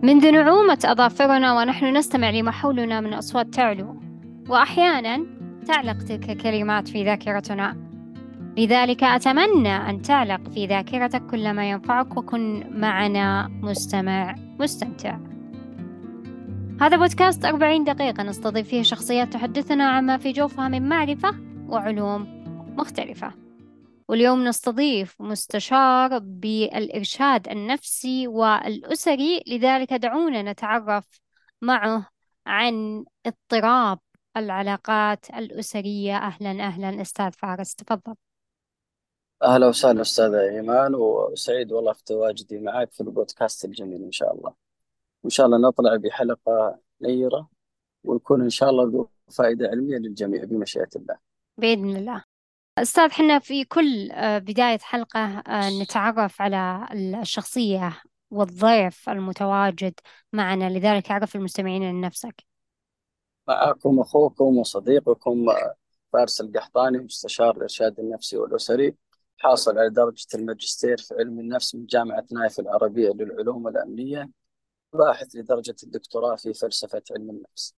منذ نعومة أظافرنا ونحن نستمع لما حولنا من أصوات تعلو، وأحيانا تعلق تلك الكلمات في ذاكرتنا. لذلك أتمنى أن تعلق في ذاكرتك كل ما ينفعك، وكن معنا مستمع مستمتع. هذا بودكاست 40 دقيقة نستضيف فيه شخصيات تحدثنا عما في جوفها من معرفة وعلوم مختلفة. واليوم نستضيف مستشار بالإرشاد النفسي والأسري، لذلك دعونا نتعرف معه عن اضطراب العلاقات الأسرية. أهلا أهلا أستاذ فارس، تفضل. أهلا وسهلا أستاذة إيمان، وسعيد والله في تواجدي معك في البودكاست الجميل إن شاء الله. وإن شاء الله نطلع بحلقة نيرة، ونكون إن شاء الله ذو فائدة علمية للجميع بمشيئة الله. بإذن الله. أستاذ، حنا في كل بداية حلقة نتعرف على الشخصية والضيف المتواجد معنا، لذلك أعرف المستمعين عن نفسك. معكم أخوكم وصديقكم فارس القحطاني، مستشار الإرشاد النفسي والأسري، حاصل على درجة الماجستير في علم النفس من جامعة نايف العربية للعلوم الأمنية، باحث لدرجة الدكتوراه في فلسفة علم النفس.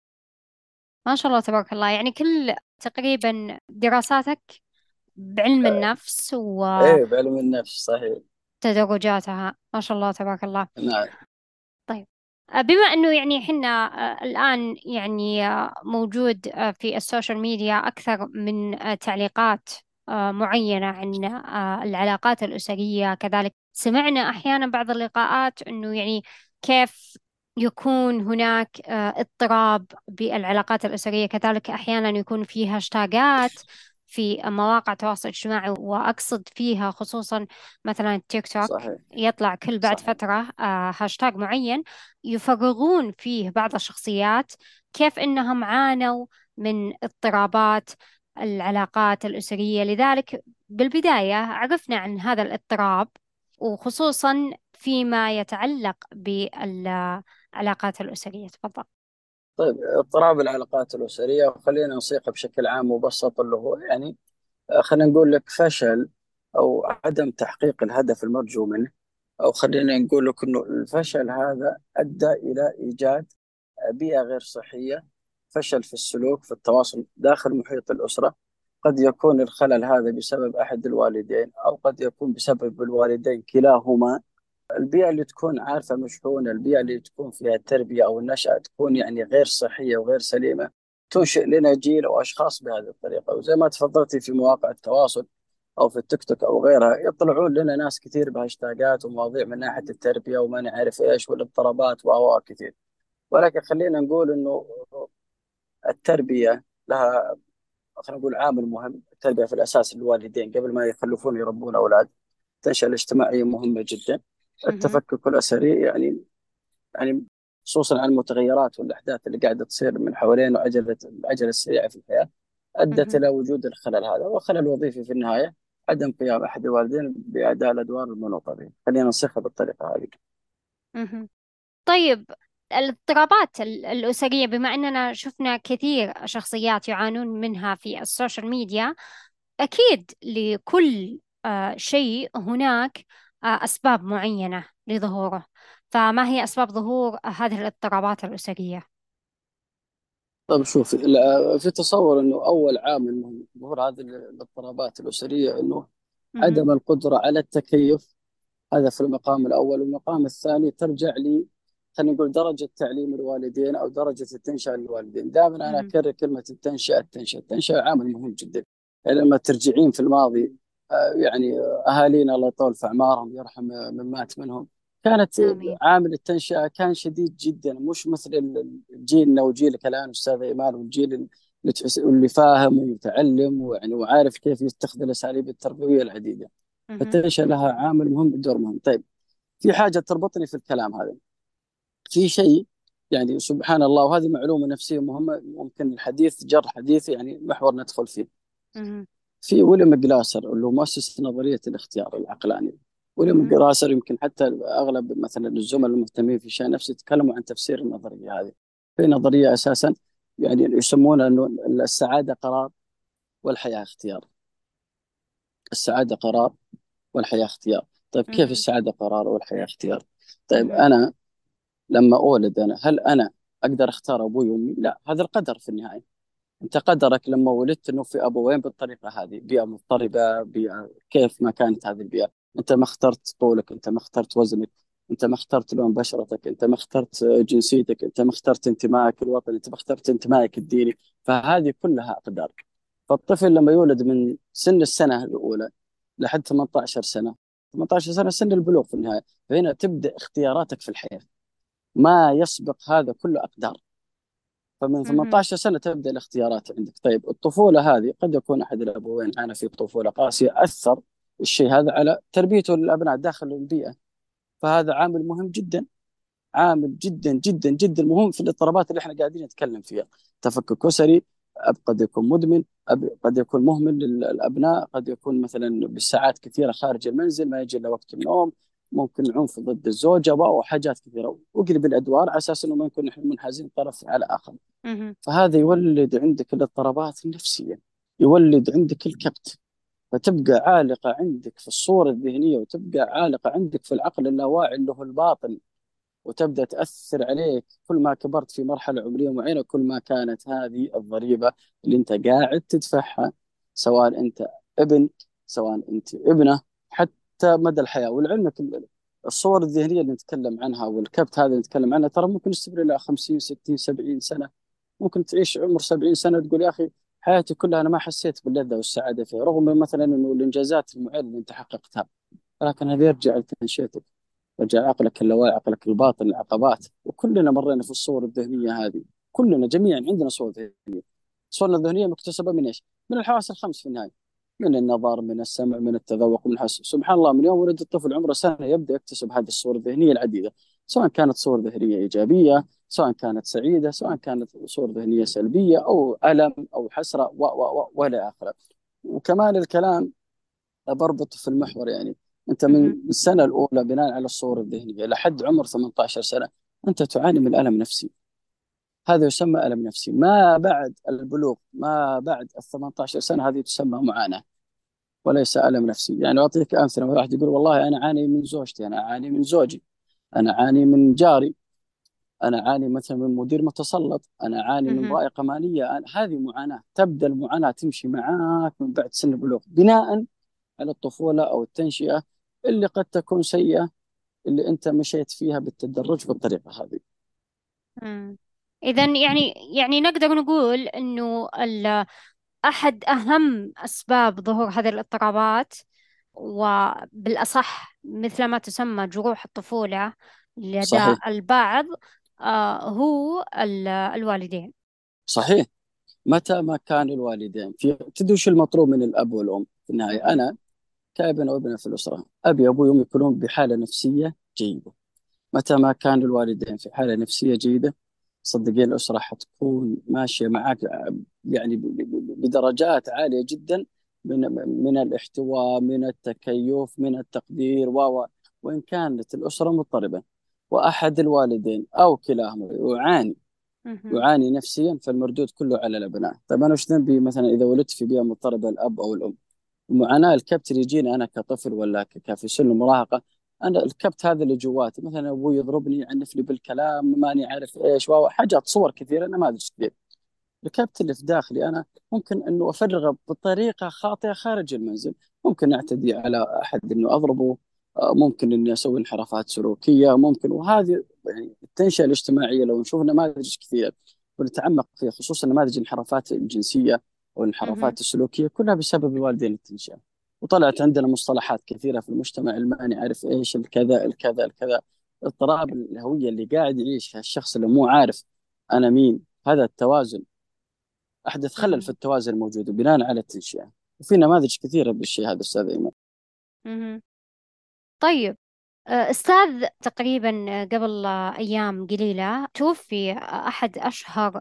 ما شاء الله تبارك الله، يعني كل تقريبا دراساتك بعلم النفس إيه، بعلم النفس صحيح. وتدرجاتها، ما شاء الله تبارك الله. نعم. طيب، بما انه يعني حنا الان يعني موجود في السوشيال ميديا اكثر من تعليقات معينة عن العلاقات الأسرية، كذلك سمعنا احيانا بعض اللقاءات انه يعني كيف يكون هناك اضطراب بالعلاقات الأسرية، كذلك احيانا يكون فيها هاشتاجات في مواقع التواصل الاجتماعي، واقصد فيها خصوصا مثلا التيك توك. صحيح. يطلع كل بعد صحيح. فترة هاشتاج معين يفرغون فيه بعض الشخصيات كيف إنهم عانوا من اضطرابات العلاقات الأسرية. لذلك بالبداية عرفنا عن هذا الاضطراب، وخصوصا فيما يتعلق بالعلاقات الأسرية. تفضل. طيب، اضطراب العلاقات الأسرية، وخلينا نصيغه بشكل عام مبسط، اللي هو يعني خلينا نقول لك فشل أو عدم تحقيق الهدف المرجو منه، أو خلينا نقول لك إنه الفشل هذا أدى إلى إيجاد بيئة غير صحية، فشل في السلوك في التواصل داخل محيط الأسرة. قد يكون الخلل هذا بسبب أحد الوالدين، أو قد يكون بسبب الوالدين كلاهما. البيئة اللي تكون عارفة مشحونة، البيئة اللي تكون فيها التربية أو النشأة تكون يعني غير صحية وغير سليمة، تنشئ لنا جيل أو أشخاص بهذه الطريقة. وزي ما تفضلتي في مواقع التواصل أو في التيك توك أو غيرها، يطلعون لنا ناس كثير بهاشتاجات ومواضيع من ناحية التربية وما نعرف إيش والاضطرابات وأواء كثير. ولكن خلينا نقول إنه التربية لها، خلينا نقول عامل مهم. التربية في الأساس الوالدين قبل ما يخلفون يربون أولاد. التنشئة الاجتماعية مهمة جدا. مهم. التفكك الأسري يعني خصوصا عن المتغيرات والأحداث اللي قاعدة تصير من حوالين، العجلة السريعة في الحياة أدت مهم. إلى وجود الخلل هذا. والخلل الوظيفي في النهاية عدم قيام أحد الوالدين بأداء الأدوار المنوطة به. خلينا نصيغها بالطريقة هذه. مهم. طيب، الاضطرابات الأسرية، بما أننا شفنا كثير شخصيات يعانون منها في السوشيال ميديا، أكيد لكل شيء هناك أسباب معينة لظهوره. فما هي أسباب ظهور هذه الاضطرابات الأسرية؟ طيب شوف، في تصور أنه أول عامل من ظهور هذه الاضطرابات الأسرية أنه مهم. عدم القدرة على التكيف. هذا في المقام الأول. والمقام الثاني ترجع لي، خلينا نقول درجة تعليم الوالدين أو درجة التنشئة للوالدين. دائما أنا مهم. أكرر كلمة التنشئة. التنشئة عامل مهم جدا. يعني لما ترجعين في الماضي، يعني أهالينا الله يطول في أعمارهم، يرحم من مات منهم، كانت آمين. عامل التنشئة كان شديد جدا، مش مثل جيلنا وجيلك الآن أستاذ إيمان، والجيل اللي فاهم ومتعلم ويعني وعارف كيف يتخذ الأساليب التربوية العديدة. مهم. فالتنشئة لها عامل مهم، دور مهم. طيب، في حاجة تربطني في الكلام هذا، في شيء يعني سبحان الله، وهذه معلومة نفسية مهمة، ممكن الحديث جر حديث يعني محور ندخل فيه. مهم. في ويليام جلاسر اللي هو مؤسس نظرية الاختيار العقلاني. ويليام مهم. جلاسر يمكن حتى أغلب مثلا الزملاء المهتمين في الشيء نفسه يتكلموا عن تفسير النظرية هذه. في نظرية أساسا يعني يسمونها أنه السعادة قرار والحياة اختيار. السعادة قرار والحياة اختيار. طيب كيف مهم. السعادة قرار والحياة اختيار؟ طيب مهم. أنا لما أولد أنا، هل أنا أقدر أختار أبوي وأمي؟ لا، هذا القدر في النهاية. أنت قدرك لما ولدت أنه في أبوين بالطريقة هذه، بيئة مضطربة، بيئة كيف ما كانت هذه البيئة. أنت ما اخترت طولك، أنت ما اخترت وزنك، أنت ما اخترت لون بشرتك، أنت ما اخترت جنسيتك، أنت ما اخترت انتمائك الوطني، أنت ما اخترت انتمائك الديني. فهذه كلها أقدار. فالطفل لما يولد من سن السنة الأولى لحد 18 سنة، 18 سنة سن البلوغ في النهاية، فهنا تبدأ اختياراتك في الحياة. ما يسبق هذا كله أقدار. فمن مهم. 18 سنة تبدأ الاختيارات عندك. طيب الطفولة هذه قد يكون أحد الأبوين عانى في طفولة قاسية، أثر الشيء هذا على تربيته للأبناء داخل البيئة. فهذا عامل مهم جدا، عامل جدا جدا جدا مهم في الاضطرابات اللي احنا قاعدين نتكلم فيها. تفكك أسري، أب قد يكون مدمن، أب قد يكون مهمل للأبناء، قد يكون مثلا بالساعات كثيرة خارج المنزل ما يجي إلا وقت النوم، ممكن عنف ضد الزوجة وحاجات كثيرة، وقلب الأدوار على أساس أنه ما نكون نحن منحازين طرف على آخر. مهم. فهذا يولد عندك الاضطرابات النفسية، يولد عندك الكبت. فتبقى عالقة عندك في الصورة الذهنية، وتبقى عالقة عندك في العقل اللاواعي اللي هو الباطن، وتبدأ تأثر عليك كل ما كبرت في مرحلة عمرية معينة. كل ما كانت هذه الضريبة اللي أنت قاعد تدفعها، سواء أنت ابن، سواء أنت ابنة، حتى مدى الحياة. ولعلمك الصور الذهنية اللي نتكلم عنها والكبت هذا اللي نتكلم عنه ترى ممكن يستمر إلى 50 60 70 سنة. ممكن تعيش عمر 70 سنة تقول يا أخي حياتي كلها أنا ما حسيت باللذة والسعادة فيها، رغم مثلا أنه الإنجازات المعينة اللي أنت حققتها. لكن هذا يرجع لتنشئتك، يرجع عقلك اللاواعي، عقلك الباطن، العقبات. وكلنا مرينا في الصور الذهنية هذه، كلنا جميعا عندنا صور ذهنية. صورنا الذهنية مكتسبة من ايش؟ من الحواس الخمس في النهاية، من النظر، من السمع، من التذوق، من الحس. سبحان الله، من يوم ولد الطفل عمره سنة يبدأ يكتسب هذه الصور الذهنية العديدة، سواء كانت صور ذهنية إيجابية، سواء كانت سعيدة، سواء كانت صور ذهنية سلبية أو ألم أو حسرة وإلى آخره. وكمان الكلام بربط في المحور يعني. انت من مهم. السنه الاولى بناء على الصور الذهنيه لحد عمر 18 سنه انت تعاني من الم نفسي. هذا يسمى الم نفسي. ما بعد البلوغ، ما بعد ال 18 سنه، هذه تسمى معاناه وليس الم نفسي. يعني اعطيك امثله، واحد يقول والله انا اعاني من زوجتي، انا اعاني من زوجي، انا اعاني من جاري، انا اعاني مثلا من مدير متسلط، انا اعاني من مهم. ضائقه ماليه. هذه معاناه. تبدا المعاناه تمشي معاك من بعد سن البلوغ بناء على الطفولة أو التنشئة اللي قد تكون سيئة، اللي أنت مشيت فيها بالتدرج بالطريقة هذه. مم. إذا يعني نقدر نقول إنه أحد أهم أسباب ظهور هذه الاضطرابات، وبالأصح مثل ما تسمى جروح الطفولة لدى صحيح. البعض، هو الوالدين. صحيح. متى ما كان الوالدين في، تدري وش المطلوب من الأب والأم في النهاية؟ مهم. أنا كابن أو ابنة في الأسرة، أبي أبوي وأمي يكونون بحالة نفسية جيدة. متى ما كان الوالدين في حالة نفسية جيدة، صدقين الأسرة حتكون ماشية معك يعني بدرجات عالية جدا من الاحتواء، من التكيف، من التقدير وإن كانت الأسرة مضطربة وأحد الوالدين أو كلاهما مهم. يعاني نفسيا، فالمردود كله على الأبناء. طيب أنا وش ذنبي مثلا إذا ولدت في بيئة مضطربة، الأب أو الأم؟ المعاناة، الكبت اللي يجيني أنا كطفل ولا في سن المراهقة، أنا الكبت هذا اللي جواتي، مثلا أبوي يضربني، يعنف لي بالكلام، ماني عارف إيش، حاجات، صور كثيرة، نماذج كثير. الكبت اللي في داخلي أنا ممكن أنه أفرغه بطريقة خاطئة خارج المنزل. ممكن أعتدي على أحد أنه أضربه، ممكن أني أسوي انحرافات سلوكية، ممكن. وهذه يعني التنشئة الاجتماعية لو نشوف نماذج كثير ونتعمق فيها، خصوصا نماذج الانحرافات الجنسية مهم. والانحرافات السلوكية، كلها بسبب الوالدين التنشئة. وطلعت عندنا مصطلحات كثيرة في المجتمع الماني عارف إيش، الكذا الكذا الكذا. اضطراب الهوية اللي قاعد يعيشها الشخص اللي مو عارف أنا مين. هذا التوازن أحدث خلل في مهم. التوازن الموجود بناء على التنشئة. وفي نماذج كثيرة بالشيء هذا أستاذ أيمن. مهم. طيب، أستاذ، تقريبا قبل أيام قليلة توفي أحد أشهر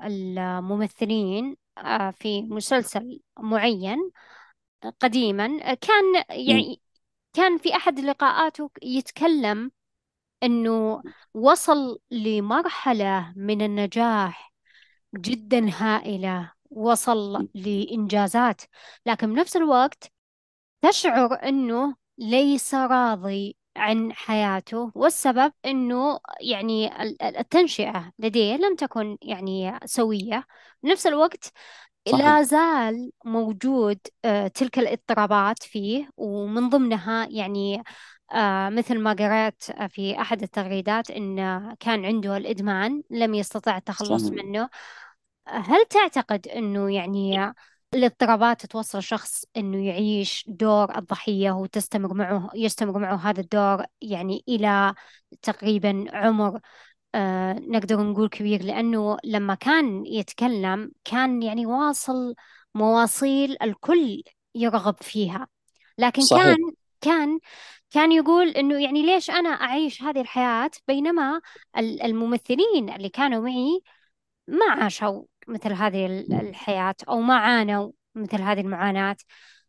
الممثلين في مسلسل معين قديما. كان مم. يعني كان في أحد لقاءاته يتكلم أنه وصل لمرحلة من النجاح جدا هائلة، وصل مم. لإنجازات، لكن بنفس الوقت تشعر أنه ليس راضي عن حياته، والسبب أنه يعني التنشئة لديه لم تكن يعني سوية. بنفس الوقت صحيح. لا زال موجود تلك الاضطرابات فيه، ومن ضمنها يعني مثل ما قرأت في أحد التغريدات إن كان عنده الإدمان لم يستطع التخلص صحيح. منه. هل تعتقد أنه يعني الاضطرابات توصل شخص أنه يعيش دور الضحية وتستمر معه يستمر معه هذا الدور يعني إلى تقريبا عمر نقدر نقول كبير؟ لأنه لما كان يتكلم كان يعني واصل مواصيل الكل يرغب فيها، لكن كان صحيح. كان كان يقول إنه يعني ليش أنا أعيش هذه الحياة بينما الممثلين اللي كانوا معي ما عاشوا مثل هذه الحياة، أو ما عانوا مثل هذه المعاناة.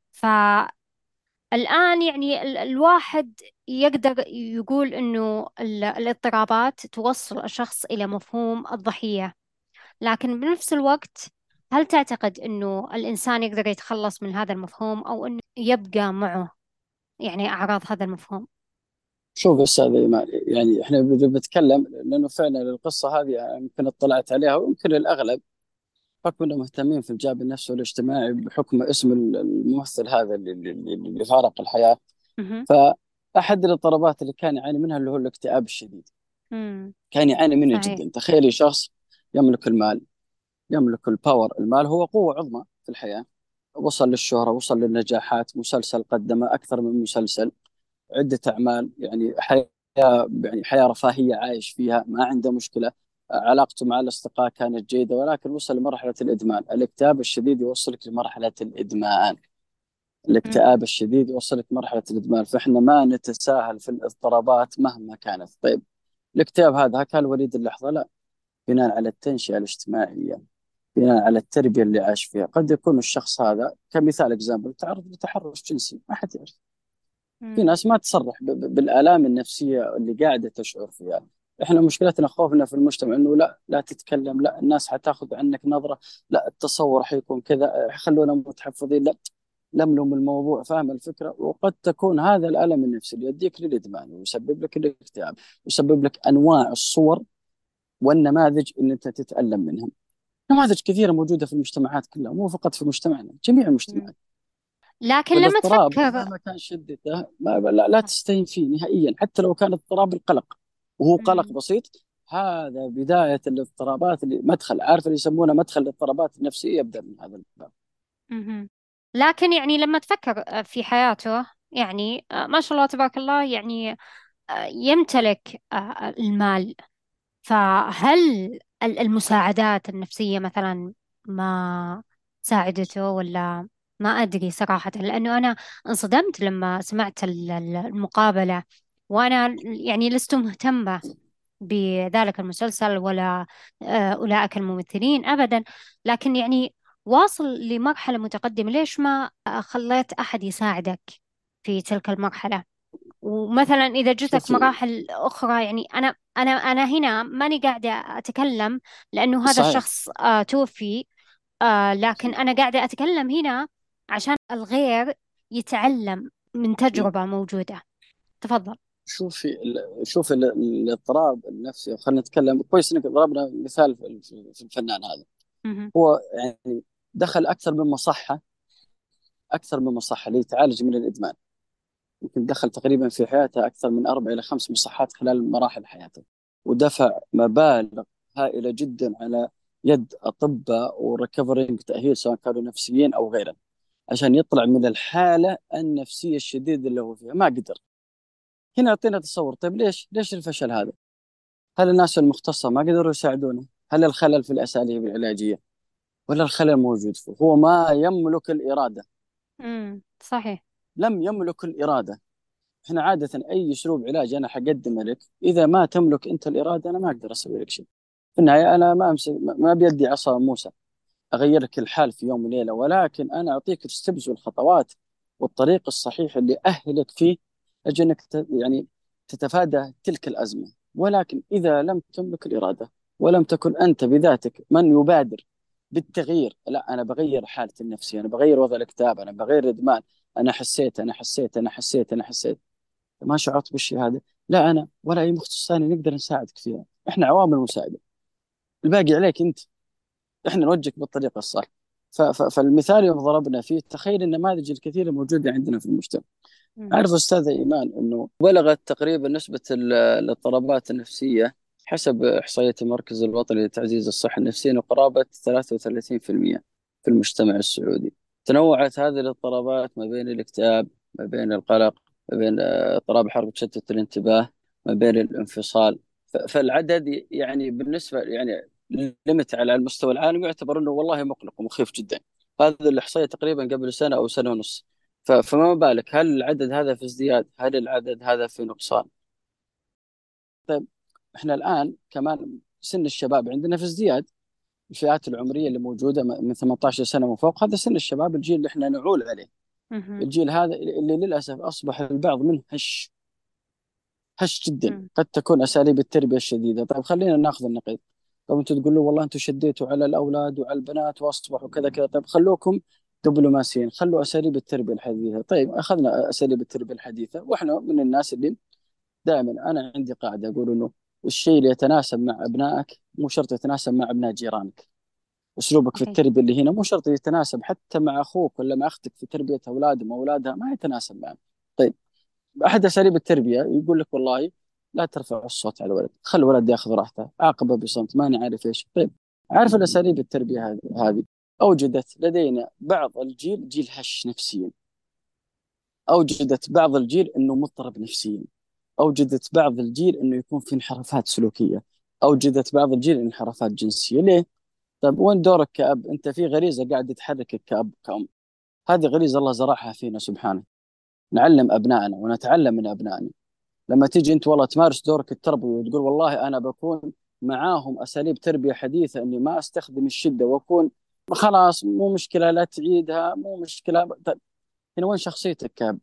فالآن يعني الواحد يقدر يقول إنه الاضطرابات توصل الشخص إلى مفهوم الضحية، لكن بنفس الوقت هل تعتقد إنه الإنسان يقدر يتخلص من هذا المفهوم، أو إنه يبقى معه يعني أعراض هذا المفهوم؟ شوف أستاذ إيمان، يعني إحنا بنتكلم لأنه فعلا القصة هذه يمكن اطلعت عليها، ويمكن الأغلب بحكم انهم مهتمين في الجانب النفسي والاجتماعي بحكم اسم الممثل هذا اللي فارق الحياة. مهم. فأحد الاضطرابات اللي كان يعاني منها اللي هو الاكتئاب الشديد. مم. كان يعاني منه صحيح. جدا. تخيلي شخص يملك المال، يملك الباور. المال هو قوة عظمى في الحياة. وصل للشهرة، وصل للنجاحات، مسلسل قدم أكثر من مسلسل، عدة أعمال، يعني حياة، يعني حياة رفاهية عايش فيها، ما عنده مشكلة. علاقته مع الأصدقاء كانت جيدة، ولكن وصل لمرحلة الإدمان. الاكتئاب الشديد يوصلك لمرحلة الإدمان. مم. الاكتئاب الشديد يوصلك مرحلة الإدمان. فإحنا ما نتساهل في الاضطرابات مهما كانت. طيب، الاكتئاب هذا كان وليد اللحظة؟ لا. بناء على التنشئة الاجتماعية، بناء على التربية اللي عاش فيها. قد يكون الشخص هذا كمثال اكزامبل تعرض لتحرش جنسي، ما حد يعرف. في مم. ناس ما تصرح بالآلام النفسية اللي قاعدة تشعر فيها. احنا مشكلتنا خوفنا في المجتمع انه لا، لا تتكلم، لا الناس حتاخذ عنك نظرة، لا التصور حيكون كذا، خلونا متحفظين، لا لملم الموضوع. فاهم الفكرة؟ وقد تكون هذا الألم النفسي اللي يؤديك للإدمان ويسبب لك الاكتئاب، ويسبب لك أنواع الصور والنماذج اللي أنت تتألم منها. نماذج كثيرة موجودة في المجتمعات كلها، مو فقط في مجتمعنا، جميع مم. المجتمعات. لكن لما فالاضطراب تفكر. مهما كان شدته لا تستهين فيه نهائيا، حتى لو كان اضطراب القلق وهو قلق مم. بسيط. هذا بداية الاضطرابات، اللي مدخل، عارف اللي يسمونه مدخل الاضطرابات النفسية، يبدأ من هذا الباب. مهم. لكن يعني لما تفكر في حياته، يعني ما شاء الله تبارك الله، يعني يمتلك المال، فهل المساعدات النفسية مثلا ما ساعدته؟ ولا ما أدري صراحة، لأنه أنا انصدمت لما سمعت المقابلة، وأنا يعني لست مهتمة بذلك المسلسل ولا أولئك الممثلين أبدا، لكن يعني واصل لمرحلة متقدمة، ليش ما خليت أحد يساعدك في تلك المرحلة؟ ومثلا إذا جتك شوفي. مراحل أخرى، يعني أنا هنا ماني قاعدة أتكلم لأنه هذا صحيح. الشخص توفي، لكن أنا قاعدة أتكلم هنا عشان الغير يتعلم من تجربة موجودة. تفضل. الاضطراب النفسي، خلينا نتكلم كويس انك ضربنا مثال في الفنان هذا. مهم. هو يعني دخل اكثر من مصحة ليتعالج من الادمان. يمكن دخل تقريبا في حياته أكثر من 4 إلى 5 مصحات خلال مراحل حياته، ودفع مبالغ هائلة جدا على يد أطباء وريكفرينج تأهيل، سواء كانوا نفسيين أو غيره، عشان يطلع من الحالة النفسية الشديدة اللي هو فيها. ما قدر. هنا يعطينا تصور. طيب ليش الفشل هذا؟ هل الناس المختصة ما قدروا يساعدونه؟ هل الخلل في الأساليب العلاجية؟ ولا الخلل موجود فيه؟ هو ما يملك الإرادة. صحيح. لم يملك الإرادة. احنا عادة اي اسلوب علاج انا حقدمه لك، اذا ما تملك انت الاراده انا ما اقدر اسوي لك شيء. في النهايه انا ما امسك، ما بيدي عصا موسى اغير لك الحال في يوم وليله، ولكن انا اعطيك الستبس والخطوات والطريق الصحيح اللي اهلك فيه اجل انك يعني تتفادى تلك الازمه. ولكن اذا لم تملك الاراده، ولم تكن انت بذاتك من يبادر بالتغيير، لا انا بغير حالتي النفسيه، انا بغير وضع الاكتئاب، انا بغير الادمان، انا حسيت، انا حسيت، انا حسيت، انا حسيت، ما شعرت بالشيء هذا، لا أنا ولا أي مختص ثاني نقدر نساعدك فيها، إحنا عوامل مساعدة، الباقي عليك أنت، إحنا نوجهك بالطريقة الصح. فالمثال يوم ضربنا فيه، تخيل النماذج الكثيرة موجودة عندنا في المجتمع. مم. أعرف أستاذ إيمان أنه بلغت تقريبا نسبة الاضطرابات النفسية حسب إحصائية المركز الوطني لتعزيز الصحة النفسية أنه قرابة 33% في المجتمع السعودي. تنوعت هذه الاضطرابات ما بين الاكتئاب، ما بين القلق، ما بين اضطراب حركة تشتت الانتباه، ما بين الانفصال. فالعدد يعني بالنسبة يعني لمت على المستوى العالمي يعتبر أنه والله مقلق ومخيف جدا. هذه الإحصائية تقريبا قبل سنة أو سنة ونص. فما بالك، هل العدد هذا في ازدياد، هل العدد هذا في نقصان؟ طيب احنا الآن كمان سن الشباب عندنا في ازدياد، الفئات العمرية اللي موجودة من 18 سنة وفوق، هذا سن الشباب، الجيل اللي احنا نعول عليه. مهم. الجيل هذا اللي للأسف أصبح البعض منه هش جدا، مم. قد تكون أساليب التربية الشديدة. طيب خلينا ناخذ النقيض. طيب أنتم تقول له والله أنتم شديتوا على الأولاد وعلى البنات وأصبحوا كذا كذا، طيب خلوكم دبلوماسيين، خلوا أساليب التربية الحديثة. طيب أخذنا أساليب التربية الحديثة، وإحنا من الناس اللي دائما، أنا عندي قاعدة أقول إنه الشيء اللي يتناسب مع أبنائك مو شرط يتناسب مع أبناء جيرانك. أسلوبك في صحيح. التربية اللي هنا مو شرط يتناسب حتى مع أخوك ولا مع أختك في تربية أولادهم وأولادها، ما يتناسب معهم. طيب احد اساليب التربيه يقول لك والله لا ترفع الصوت على الولد، خلي الولد ياخذ راحته، عاقبه بصمت، ماني عارف ايش. طيب عارف الاساليب التربيه هذه اوجدت لدينا بعض الجيل جيل هش نفسيا، اوجدت بعض الجيل انه مضطرب نفسيا، اوجدت بعض الجيل انه يكون في انحرافات سلوكيه، اوجدت بعض الجيل انحرافات جنسيه. ليه؟ طيب وين دورك كأب؟ انت في غريزه قاعد تحركك كأب كأم، هذه غريزه الله زرعها فينا سبحانه، نعلم ابنائنا ونتعلم من ابنائنا. لما تيجي انت والله تمارس دورك التربوي وتقول والله انا بكون معاهم اساليب تربيه حديثه، اني ما استخدم الشده واكون خلاص مو مشكله لا تعيدها مو مشكله. طيب هنا وين شخصيتك كأب؟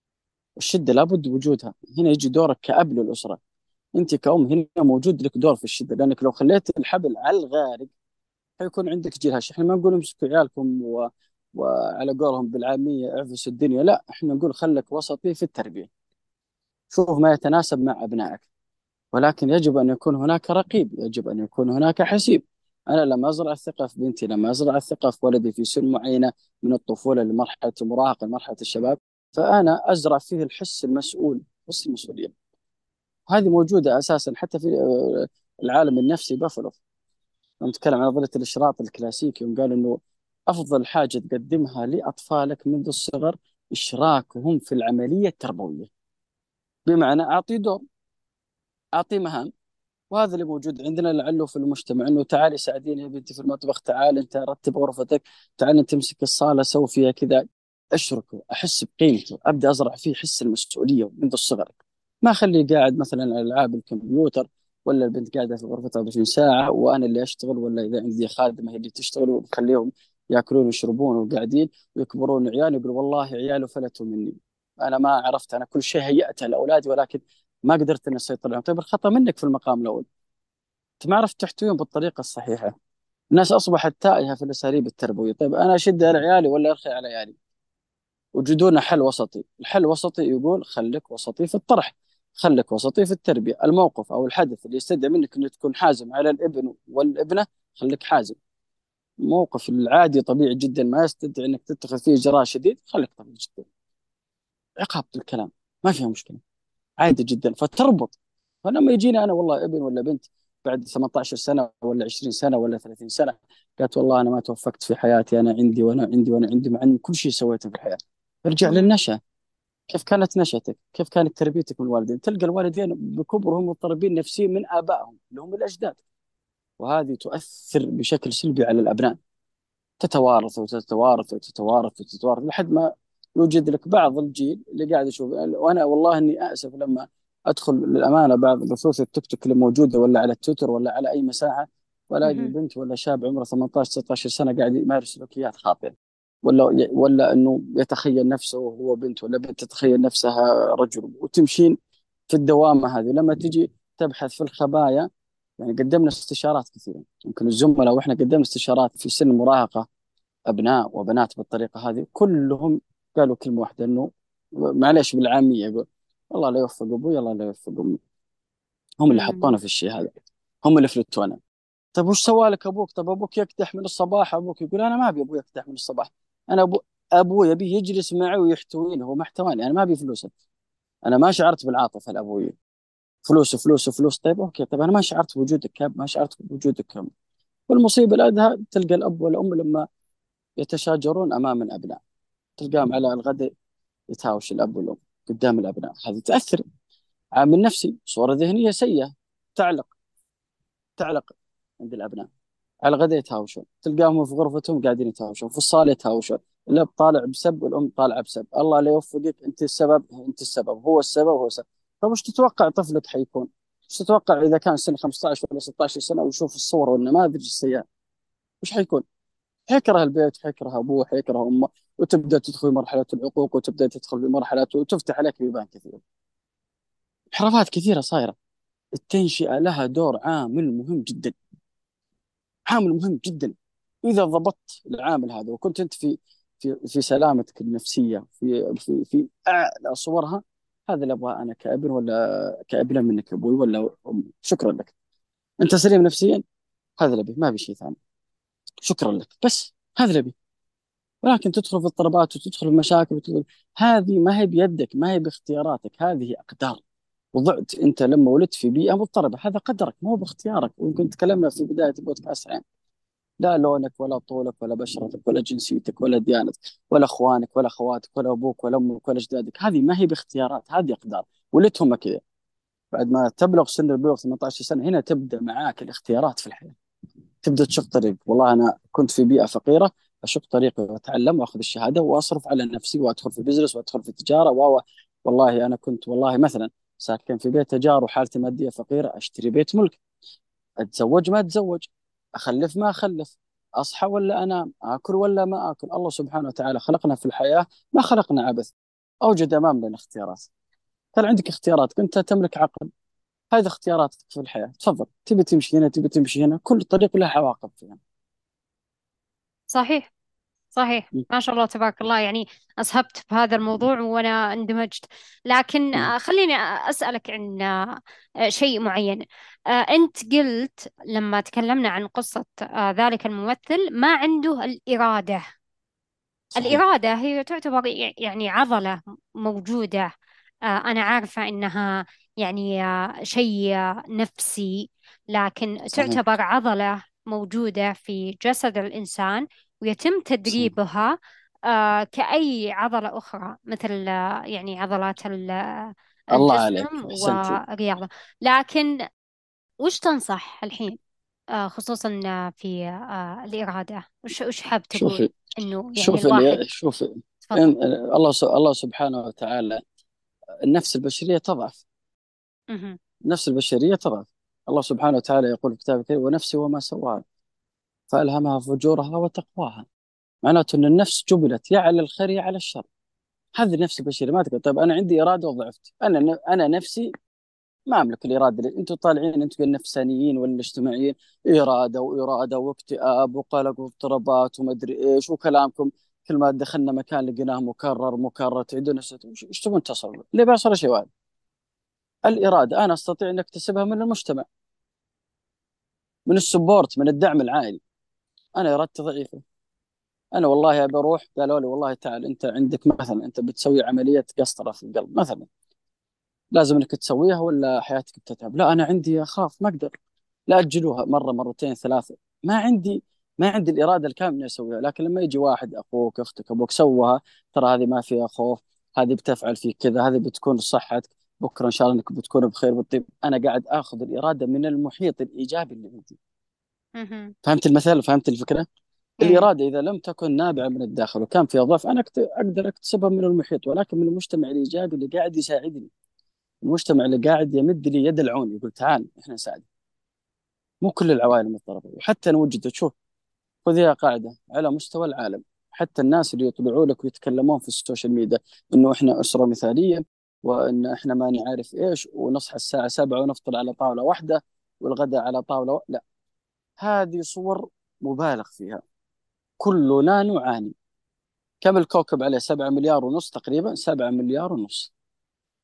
الشده لابد وجودها، هنا يجي دورك كأب للاسره. انت كأم هنا موجود لك دور في الشده، لانك لو خليت الحبل على الغارق حيكون عندك جيل هش. احنا ما نقول امسكوا عيالكم وعلى قولهم بالعاميه اعفسوا الدنيا، لا احنا نقول خلك وسطي في التربيه، شوف ما يتناسب مع ابنائك، ولكن يجب أن يكون هناك رقيب، يجب أن يكون هناك حسيب. أنا لما أزرع الثقة في بنتي، لما أزرع الثقة في ولدي في سن معينة من الطفولة لمرحلة المراهقة لمرحلة الشباب، فأنا أزرع فيه الحس المسؤول، حس المسؤولية. هذه موجودة أساسا حتى في العالم النفسي بافلو، لما نتكلم عن نظرية الإشراط الكلاسيكي، يوم قال إنه أفضل حاجة تقدمها لأطفالك منذ الصغر إشراكهم في العملية التربوية. بمعنى أعطيه دور، أعطيه مهام. وهذا اللي موجود عندنا لعله في المجتمع، انه تعالي ساعديني يا بنتي في المطبخ، تعال انت رتب غرفتك، تعال انت تمسك الصاله سوي فيها كذا. اشركه، احس بقيمته، ابدا ازرع فيه حس المسؤوليه منذ الصغر. ما اخليه قاعد مثلا على العاب الكمبيوتر، ولا البنت قاعده في غرفتها 24 ساعه وانا اللي اشتغل، ولا اذا عندي خادمه هي اللي تشتغل، وبخليهم ياكلون ويشربون وقاعدين ويكبرون عيال يقول والله عياله فلتوا مني، انا ما عرفت، انا كل شيء هيأته لاولادي ولكن ما قدرت اني اسيطر عليهم. طيب الخطا منك في المقام الاول، انت ما عرفت تحتويهم بالطريقه الصحيحه. الناس اصبحت تائهه في الاساليب التربويه. طيب انا اشد على عيالي ولا ارخي على عيالي؟ وجدونا حل وسطي. الحل الوسطي يقول خليك وسطي في الطرح، خليك وسطي في التربيه. الموقف او الحدث اللي يستدعي منك انك تكون حازم على الابن والابنه، خليك حازم. الموقف العادي طبيعي جدا ما يستدعي انك تتخذ فيه اجراء شديد، خليك طبيعي جدا، عقاب الكلام ما فيها مشكله، عادي جدا فتربط. فلما يجيني انا والله ابن ولا بنت بعد 18 سنه ولا 20 سنه ولا 30 سنه قالت والله انا ما توفقت في حياتي، انا عندي وانا عندي وانا عندي، مع ان كل شيء سويته في الحياه، ارجع مم. للنشأة. كيف كانت نشأتك؟ كيف كانت تربيتك من الوالدين؟ تلقى الوالدين بكبرهم مضطربين نفسيا من ابائهم اللي هم الاجداد، وهذه تؤثر بشكل سلبي على الابناء، تتوارث وتتوارث وتتوارث وتتوارث لحد ما يوجد لك بعض الجيل اللي قاعد يشوف. وانا والله اني اسف لما ادخل للامانه بعض بثوث التيك توك اللي موجوده ولا على التويتر ولا على اي مساحه، والاقي مهم. بنت ولا شاب عمره 18 19 سنه قاعد يمارس سلوكيات خاطئه، ولا انه يتخيل نفسه وهو بنت، ولا بنت تتخيل نفسها رجل، وتمشين في الدوامه هذه. لما تجي تبحث في الخبايا، يعني قدمنا استشارات كثيره، يمكن الزملاء واحنا قدمنا استشارات في سن المراهقه، ابناء وبنات بالطريقه هذه، كلهم قالوا كلمه واحده انه معلش بالعاميه يقول الله لا يوفق ابوي، الله لا يوفق امي. هم اللي أمم. حطونا في الشيء هذا، هم اللي فلتونا. طيب وش سوى لك ابوك؟ طب ابوك يكدح من الصباح، ابوك يقول انا ما ابي ابوي يكدح من الصباح. انا ابوي يبي يجلس معي ويحتويني، هو ما احتواني، انا ما ابي فلوسه. انا ما شعرت بالعاطفه الابويه. فلوس فلوس فلوس، طيب اوكي، طيب انا ما شعرت بوجودك كاب، ما شعرت بوجودك كم. والمصيبه الادهى تلقى الاب والام لما يتشاجرون امام الابناء، تلقاهم على الغداء يتهاوش الاب والام قدام الابناء. هذه تاثر، عامل نفسي، صوره ذهنيه سيئه، تعلق، تعلق عند الابناء. على الغداء يتهاوشون، تلقاهم في غرفتهم قاعدين يتهاوشون، في الصاله يتهاوشون، الاب طالع بسب والام طالعه بسب، الله لا يوفقك، انت السبب، انت السبب، هو السبب، هو السبب. طيب وش تتوقع طفلك حيكون؟ وش تتوقع اذا كان سنه 15 ولا 16 سنه ويشوف الصور والنماذج السيئه؟ وش حيكون؟ حيكره البيت، حيكره ابوه، حيكره امه، وتبدا تدخل في مرحله العقوق، وتبدا تدخل في مرحله، وتفتح عليك بيبان كثير. انحرافات كثيره صايره. التنشئه لها دور عامل مهم جدا، عامل مهم جدا. اذا ضبطت العامل هذا وكنت انت في سلامتك النفسيه، في اعلى صورها، هذا اللي ابغاه انا كابن ولا كابنه منك ابوي ولا امي. شكرا لك، انت سليم نفسيا، هذا اللي ابي، ما ابي شيء ثاني. شكرا لك، بس هذا اللي ابي. ولكن تدخل في اضطرابات وتدخل في مشاكل هذه ما هي بيدك، ما هي باختياراتك، هذه اقدار. وضعت انت لما ولدت في بيئه مضطربه، هذا قدرك، مو باختيارك. ويمكن تكلمنا في بدايه البودكاست عن لا لونك ولا طولك ولا بشرتك ولا جنسيتك ولا ديانتك ولا اخوانك ولا اخواتك ولا ابوك ولا امك ولا اجدادك، هذه ما هي باختيارات، هذه اقدار. ولدتهم كذا. بعد ما تبلغ سن البلوغ 18 سنه، هنا تبدا معاك الاختيارات في الحياه. تبدا تشق طريق. والله انا كنت في بيئه فقيره، اشق طريقي واتعلم واخذ الشهاده واصرف على نفسي وادخل في بزنس وادخل في تجاره والله انا كنت والله مثلا ساكن في بيت ايجار وحالتي ماديه فقيره، اشتري بيت ملك. اتزوج ما اتزوج، اخلف ما اخلف، اصحى ولا انام، اكل ولا ما اكل. الله سبحانه وتعالى خلقنا في الحياه، ما خلقنا عبث. اوجد امامنا الاختيارات. كان عندك اختيارات، كنت تملك عقل. هذه اختياراتك في الحياه، تفضل. تبي تمشي هنا، تبي تمشي هنا، كل طريق له عواقب فيها. صحيح. صحيح، ما شاء الله تبارك الله، يعني أسهبت في هذا الموضوع وأنا اندمجت. لكن نعم. خليني أسألك عن شيء معين. أنت قلت لما تكلمنا عن قصة ذلك الممثل ما عنده الإرادة. صحيح. الإرادة هي تعتبر يعني عضلة موجودة. أنا عارفة إنها يعني شيء نفسي، لكن صحيح. تعتبر عضلة موجودة في جسد الإنسان، ويتم صحيح. تدريبها كأي عضلة أخرى، مثل يعني عضلات الله عليك، الجسم احسنتي. والرياضة. لكن وش تنصح الحين خصوصا في الإرادة؟ وش حاب تقول شوفي، إنه يعني الواحد؟ شوفي تفضل. الله سبحانه وتعالى، النفس البشريه تضعف. مهم. النفس البشريه تضعف. الله سبحانه وتعالى يقول في كتابه الكريم: ونفسي وما سواها فألهمها فجورها وتقواها. معناته أن النفس جبلت يا على الخير يا على الشر. هذه النفس البشرية. ما تقول طيب أنا عندي إرادة وضعفت، أنا نفسي ما أملك الإرادة اللي أنتم طالعين، أنتم النفسانيين ولا الاجتماعيين، إرادة وإرادة واكتئاب وقلق واضطرابات وما أدري إيش وكلامكم. كل ما دخلنا مكان لقيناه مكرر مكرر، تعيدون نفسه. إيش تبون تصلوا؟ اللي بيصير شيء واحد: الإرادة أنا أستطيع أن أكتسبها من المجتمع، من السبورت، من الدعم العائلي. أنا إرادتي ضعيفة. انا والله ابي اروح، قالوا لي والله تعال انت عندك مثلا، انت بتسوي عمليه قسطره في القلب مثلا، لازم انك تسويها ولا حياتك بتتعب. لا انا عندي اخاف ما اقدر. لا اجلوها مره مرتين ثلاثه. ما عندي الاراده الكامله اني اسويها. لكن لما يجي واحد، اخوك اختك ابوك، سوها، ترى هذه ما فيها خوف، هذه بتفعل فيك كذا، هذه بتكون صحتك، بكره ان شاء الله انك بتكون بخير بالطيب. انا قاعد اخذ الاراده من المحيط الايجابي اللي عندي. مهم. فهمت المثال؟ فهمت الفكره؟ إيه. الإرادة إذا لم تكن نابعة من الداخل وكان فيها ضعف، أنا أقدر أكتسبها من المحيط، ولكن من المجتمع الإيجابي اللي قاعد يساعدني، المجتمع اللي قاعد يمد لي يد العون، يقول تعال إحنا نساعدك. مو كل العوائل متضربة. وحتى نوجد، شوف، خذيها قاعدة على مستوى العالم. حتى الناس اللي يطلعوا لك ويتكلمون في السوشيال ميديا إنه إحنا أسرة مثالية، وإن إحنا ما نعرف إيش، ونصحى الساعة 7 ونفطر على طاولة واحدة، والغداء على لا، هذه صور مبالغ فيها. كلنا نعاني. كم الكوكب عليه؟ 7 مليار ونص تقريبا، 7 مليار ونص.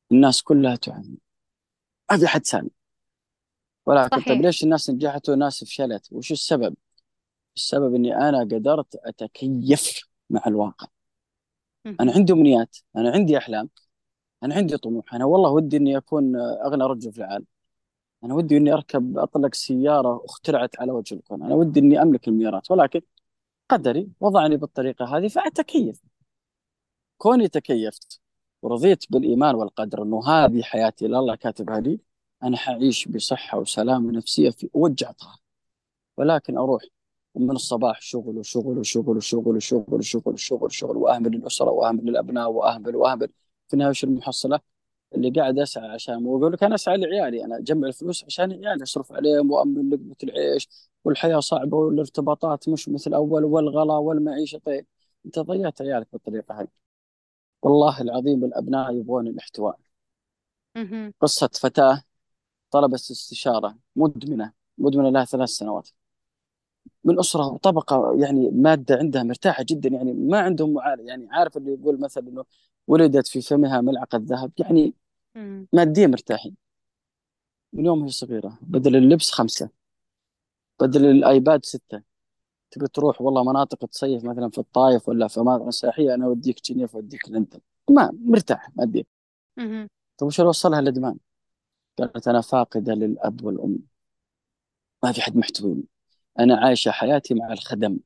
الناس كلها تعاني، ما في حد سالم. ولكن طيب صحيح. ليش الناس نجحت والناس فشلت؟ وش السبب؟ السبب إني أنا قدرت أتكيف مع الواقع. أنا مهم. عندي أمنيات، أنا عندي أحلام، أنا عندي طموح. أنا والله ودي إني أكون أغنى رجل في العالم. أنا ودي إني أركب أطلق سيارة اخترعت على وجه الكون. أنا ودي إني أملك المليارات، ولكن قدري وضعني بالطريقة هذه فأتكيف. كوني تكيفت ورضيت بالإيمان والقدر أنه هذه حياتي اللي الله كاتبها لي، أنا حعيش بصحة وسلامة نفسية في وجه طه. ولكن أروح من الصباح شغل وشغل وشغل وشغل وشغل وشغل وشغل وشغل، وأهمل الأسرة وأهمل الأبناء وأهمل. في النهاية وش المحصلة؟ اللي قاعد أسعى عشان، وأقول لك أنا أسعى لعيالي، أنا أجمع الفلوس عشان عيالي أصرف عليهم وأمن لقمة العيش. والحياة صعبة والارتباطات مش مثل أول والغلا والمعيشة. طيب أنت ضيعت عيالك بالطريقة هذه. والله العظيم الأبناء يبغون الاحتواء. مهم. قصة فتاة طلبت استشارة، مدمنة لها 3 سنوات، من أسرة وطبقة يعني مادة عندها مرتاحة جدا، يعني ما عندهم معالج. يعني عارف اللي يقول مثلا إنه ولدت في فمها ملعقة ذهب، يعني مم. ماديا مرتاحين. من يوم هي صغيرة بدل اللبس 5، بدل الآيباد 6. تبي تروح والله مناطق تصيف مثلا في الطايف ولا في مناطق سياحية، أنا أوديك جنيف أوديك لندن. ما مرتاح ماديا. مهم. طيب وش اللي وصلها الإدمان؟ قالت أنا فاقدة للأب والأم، ما في حد محتويني. أنا عايشة حياتي مع الخدم.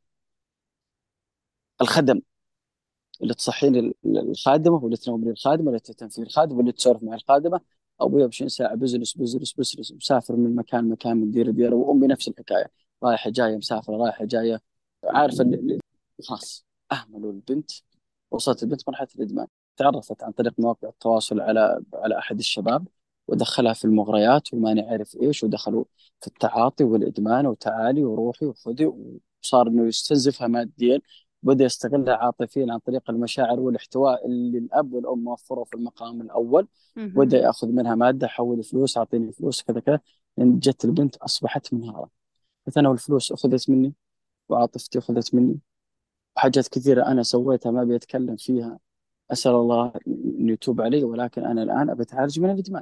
الخدم اللي تصحيني الخادمة، واللي تنومني الخادمة، واللي تهتم في الخادمة، واللي تسولف مع الخادمة. أبوي 24 ساعة بزنس بزنس بزنس، مسافر من مكان لمكان، من دير لدير. وأمي نفس الحكاية، رايحة جاية مسافرة رايحة جاية. عارفة خلاص أهملوا البنت. وصلت البنت مرحلة الإدمان. تعرفت عن طريق مواقع التواصل على أحد الشباب، ودخلها في المغريات وما نعرف إيش، ودخلوا في التعاطي والإدمان، وتعالي وروحي وخذي. وصار إنه يستنزفها ماديا، بدأ يستغلها عاطفيا عن طريق المشاعر والاحتواء اللي الأب والأم وفروا في المقام الأول. بدأ مهم. يأخذ منها مادة، حولي فلوس، أعطيني فلوس، كذا كذا. لأن جت البنت أصبحت منهارة. قلت أنا والفلوس أخذت مني، وعاطفتي أخذت مني، وحاجات كثيرة أنا سويتها ما بيتكلم فيها. أسأل الله أن يتوب علي، ولكن أنا الآن أبي أتعالج من الإدمان.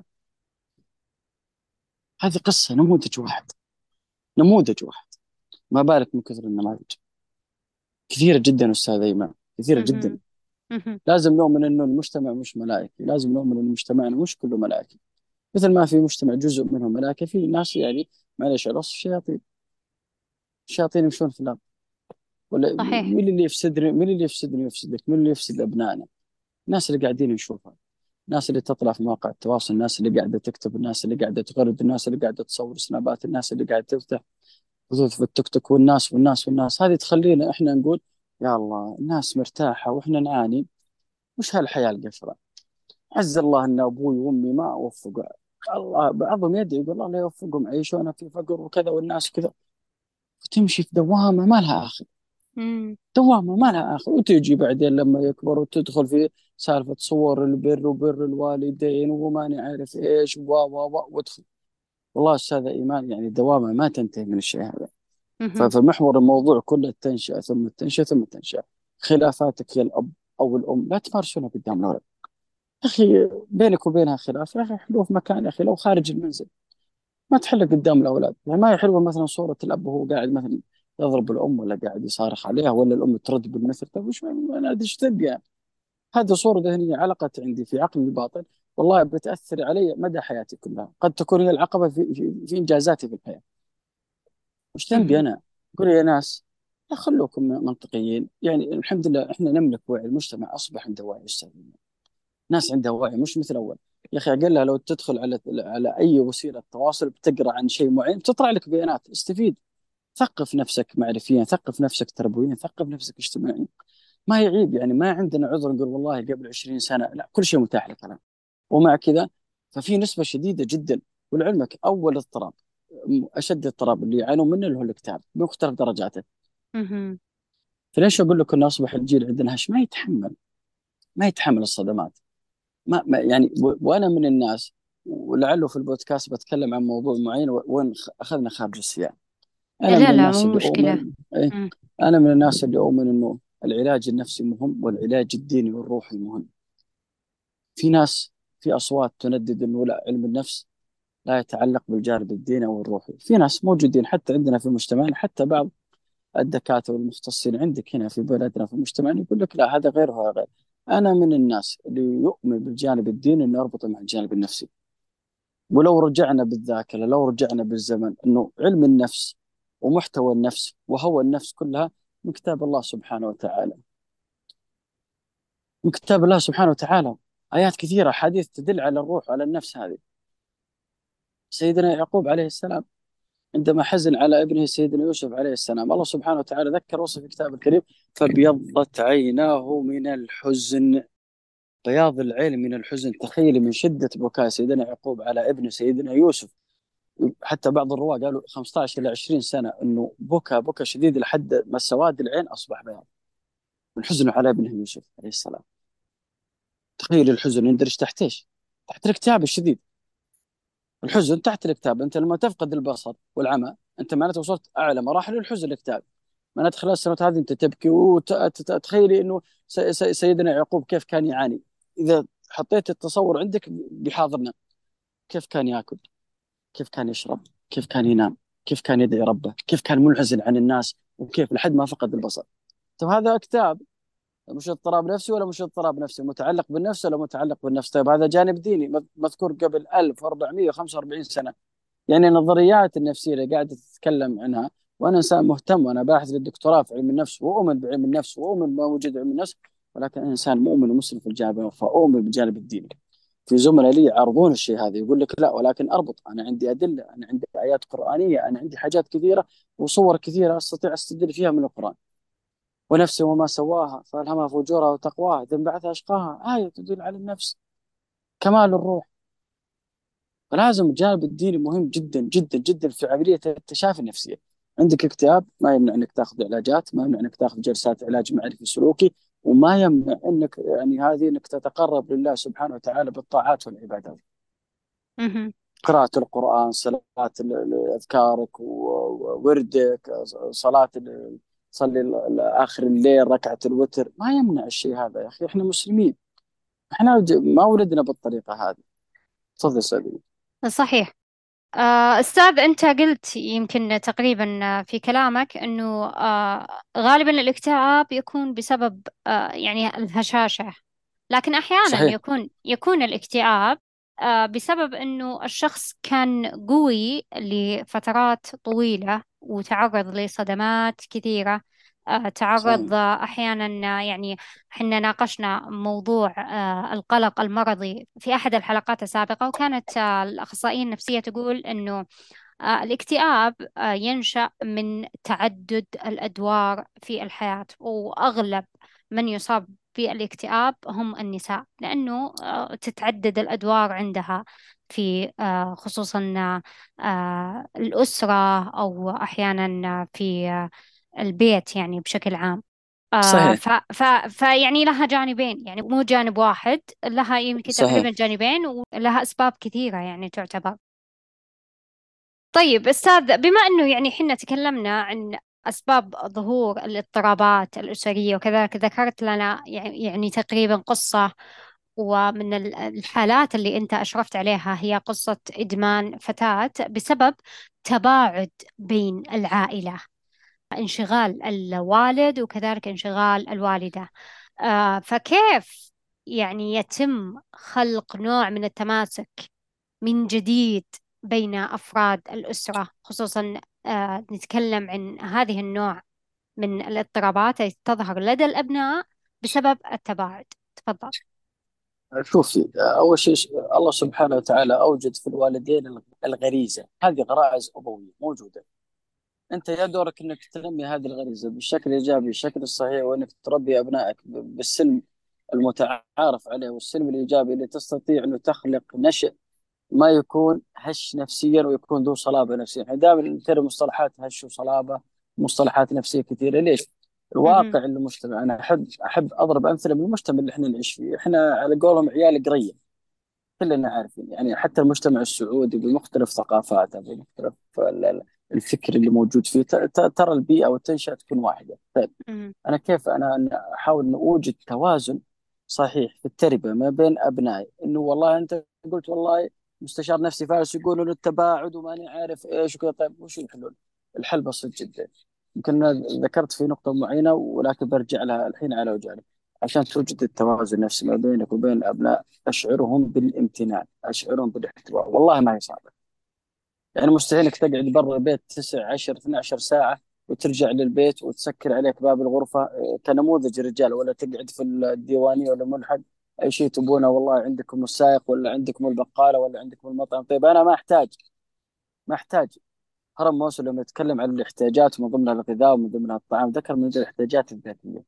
هذه قصة، نموذج واحد، نموذج واحد. ما بالك من كثر النماذج كثيرة جدا أستاذ أيمن، كثيرة جدا. مهم. مهم. لازم نؤمن أنه المجتمع مش ملائكي، لازم نؤمن أن مجتمعنا مش كله ملائكي. مثل ما في مجتمع جزء منهم ملائكة، في ناس يعني معلش على الوصف شياطين. الشياطين يمشون في الأرض. ولا صحيح. مين اللي يفسدني؟ مين اللي يفسدني ويفسدك؟ مين اللي يفسد أبنائنا؟ الناس اللي قاعدين نشوفها، الناس اللي تطلع في مواقع التواصل، الناس اللي قاعدة تكتب، الناس اللي قاعدة تغرد، الناس اللي قاعدة تصور سنابات، الناس اللي قاعدة تفتح بثوث في التيك توك. والناس هذه تخلينا احنا نقول يا الله الناس مرتاحة واحنا نعاني. وش هالحياة القشرة؟ عز الله ان ابوي وامي ما وفقوا. الله بعضهم يدعي يقول الله لا يوفقهم، يعيشون في فقر وكذا والناس كذا. وتمشي في دوامة ما لها آخر. مم. دوامة ما لها آخر. وتجي بعدين لما يكبر وتدخل في سالفة صور البر وبر الوالدين وما نعرف ايش وادخل. والله استاذ ايمان يعني دوامة ما تنتهي من الشيء هذا. مهم. فمحور الموضوع كله التنشئة ثم التنشئة ثم التنشئة. خلافاتك يا الأب أو الأم لا تمارسونها قدام الأولاد. يا أخي بينك وبينها خلاف، يا أخي حلوه في مكان، يا أخي لو خارج المنزل، ما تحل قدام الأولاد. يعني ما يحلو مثلا صورة الأب وهو قاعد مثلا يضرب الأم، ولا قاعد يصارخ عليها، ولا الأم ترد بالمثل. طيب وش أنا أدري إيش تبي يعني؟ هذه صورة ذهنية علقت عندي في عقلي الباطن، والله بتأثر علي مدى حياتي كلها. قد تكون هي العقبة في إنجازاتي في الحياة. وش ذنبي مهم. انا؟ اقول يا ناس لا خلوكم منطقيين. يعني الحمد لله احنا نملك وعي، المجتمع اصبح عنده وعي استاذ. ناس عندها وعي مش مثل اول. يا اخي اقلها لو تدخل على اي وسيله تواصل بتقرا عن شيء معين بتطلع لك بيانات، استفيد. ثقف نفسك معرفيا، ثقف نفسك تربويا، ثقف نفسك اجتماعيا. ما يعيب يعني، ما عندنا عذر نقول والله قبل 20 سنه لا، كل شيء متاح لك الان. ومع كذا ففي نسبة شديدة جدا. ولعلمك أول اضطراب، أشد اضطراب اللي يعانون منه اللي هو الاكتئاب بمختلف درجاته. مهم. فليش أقول لك أنه أصبح الجيل عندنا هش ما يتحمل الصدمات. يعني وأنا من الناس، ولعله في البودكاست بتكلم عن موضوع معين وين أخذنا خارج السياق. أنا من لا لا، الناس مو اللي مشكلة. أؤمن إيه مم. أنا من الناس اللي أؤمن أنه العلاج النفسي مهم، والعلاج الديني والروحي مهم. في ناس في أصوات تندد أنه لا، علم النفس لا يتعلق بالجانب الديني أو الروحي. في ناس موجودين حتى عندنا في مجتمعنا، حتى بعض الدكاترة والمختصين عندك هنا في بلدنا في مجتمعنا، يقول لك لا، هذا غير وهذا غير. أنا من الناس اللي يؤمن بالجانب الديني أنه يربطه مع الجانب النفسي. ولو رجعنا بالذاكرة، لو رجعنا بالزمن، أنه علم النفس ومحتوى النفس وهو النفس كلها من كتاب الله سبحانه وتعالى. من كتاب الله سبحانه وتعالى آيات كثيرة، حديث تدل على الروح وعلى النفس هذه. سيدنا يعقوب عليه السلام عندما حزن على ابنه سيدنا يوسف عليه السلام، الله سبحانه وتعالى ذكر وصف في كتاب الكريم: فابيضت عيناه من الحزن. بياض العين من الحزن. تخيلي من شدة بكاء سيدنا يعقوب على ابن سيدنا يوسف، حتى بعض الرواة قالوا 15 إلى 20 سنة، أنه بكى شديد لحد ما سواد العين أصبح بياض من حزنه على ابنه يوسف عليه السلام. تخيل الحزن يندرج تحت ايش؟ تحت الاكتئاب الشديد. الحزن تحت الاكتئاب. انت لما تفقد البصر والعمى، انت معناته وصلت اعلى مراحل الحزن الاكتئاب. معناته خلال السنوات هذه انت تبكي. وتخيلي انه سيدنا يعقوب كيف كان يعاني. اذا حطيت التصور عندك بحاضرنا، كيف كان ياكل، كيف كان يشرب، كيف كان ينام، كيف كان يدعي ربه، كيف كان منعزل عن الناس، وكيف لحد ما فقد البصر. طيب هذا اكتئاب، مش اضطراب نفسي ولا مش اضطراب نفسي، متعلق بالنفس ولا متعلق بالنفس. طيب هذا جانب ديني مذكور قبل 1445 سنة. يعني النظريات النفسية اللي قاعدة تتكلم عنها، وأنا إنسان مهتم وأنا باحث للدكتوراه في علم النفس، وأؤمن بعلم النفس وأؤمن بما وجد علم النفس، ولكن أنا إنسان مؤمن ومسلم في الجانب، فأؤمن بالجانب الديني. في زملاء لي يعرضون الشيء هذا، يقول لك لا، ولكن أربط، أنا عندي أدلة، أنا عندي آيات قرآنية، أنا عندي حاجات كثيرة وصور كثيرة أستطيع أستدل فيها من القرآن. ونفس وما سواها فألهمها فجورها وتقواها ثم بعثها أشقاها، آية تدل على النفس، كمال الروح. فلازم الجانب الديني مهم جدا جدا جدا في عملية التشافي النفسية. عندك اكتئاب، ما يمنع انك تاخذ علاجات، ما يمنع انك تاخذ جلسات علاج معرفي سلوكي، وما يمنع انك يعني هذه انك تتقرب لله سبحانه وتعالى بالطاعات والعبادات. مهم. قراءة القرآن، صلاة أذكارك ووردك، صلاة تصلي آخر الليل ركعة الوتر، ما يمنع الشيء هذا. يا أخي إحنا مسلمين، إحنا ما ولدنا بالطريقة هذه. تفضل سعيد. صحيح. أستاذ، أنت قلت يمكن تقريبا في كلامك أنه غالبا الاكتئاب يكون بسبب يعني الهشاشة، لكن أحيانا صحيح. يكون الاكتئاب بسبب أنه الشخص كان قوي لفترات طويلة وتعرض لصدمات كثيرة. صحيح. تعرض أحيانا يعني حنا ناقشنا موضوع القلق المرضي في أحد الحلقات السابقة، وكانت الأخصائية النفسية تقول أنه الاكتئاب ينشأ من تعدد الأدوار في الحياة، وأغلب من يصاب بالاكتئاب هم النساء، لأنه تتعدد الأدوار عندها في خصوصا الأسرة، أو أحيانا في البيت يعني بشكل عام. صحيح. فيعني لها جانبين، يعني مو جانب واحد، لها يمكن صحيح. تقريبا جانبين ولها أسباب كثيرة يعني تعتبر. طيب أستاذ، بما أنه يعني حنا تكلمنا عن أسباب ظهور الاضطرابات الأسرية، وكذلك ذكرت لنا يعني تقريبا قصة، ومن الحالات اللي أنت أشرفت عليها هي قصة إدمان فتاة بسبب تباعد بين العائلة، انشغال الوالد وكذلك انشغال الوالدة. فكيف يعني يتم خلق نوع من التماسك من جديد بين أفراد الأسرة، خصوصا نتكلم عن هذه النوع من الاضطرابات التي تظهر لدى الأبناء بسبب التباعد؟ تفضل. شوفي، أول شيء الله سبحانه وتعالى أوجد في الوالدين الغريزة. هذه غرائز أبوية موجودة. أنت يا دورك أنك تنمي هذه الغريزة بالشكل الإيجابي، الشكل الصحيح، وأنك تربي أبنائك بالسلم المتعارف عليه والسلم الإيجابي اللي تستطيع أنه تخلق نشء ما يكون هش نفسيا ويكون ذو صلابة نفسيا. يعني دائما نكرر مصطلحات هش وصلابة، مصطلحات نفسية كثيرة. ليش؟ مهم. الواقع المجتمع، أنا أحب أضرب أمثلة من المجتمع اللي احنا نعيش فيه. احنا على قولهم عيال قرية، كلنا عارفين. يعني حتى المجتمع السعودي بمختلف ثقافاته، بمختلف الفكر اللي موجود فيه، ترى البيئة والتنشئة تكون واحدة. طيب مهم. أنا كيف أنا أحاول أن أوجد توازن صحيح في التربية ما بين أبنائي، إنه والله أنت قلت والله مستشار نفسي فارس يقول إنه التباعد وماني عارف إيش وكذا. طيب وش الحلول؟ الحل بسيط جدا. يمكن ذكرت في نقطة معينة ولكن برجع لها الحين على وجهي. عشان توجد التوازن النفسي ما بينك وبين الأبناء، أشعرهم بالامتنان، أشعرهم بالاحتواء. والله ما هي صعبة. يعني مستحيل انك تقعد برا البيت 9 10 12 ساعة وترجع للبيت وتسكر عليك باب الغرفة كنموذج رجال، ولا تقعد في الديوانية ولا ملحق اي شيء تبونه. والله عندكم السائق ولا عندكم البقالة ولا عندكم المطعم. طيب انا ما احتاج. هرم موسى لما يتكلم عن الاحتياجات من ضمنها الغذاء ومن ضمنها الطعام، ذكر من ضمن الاحتياجات الذاتية،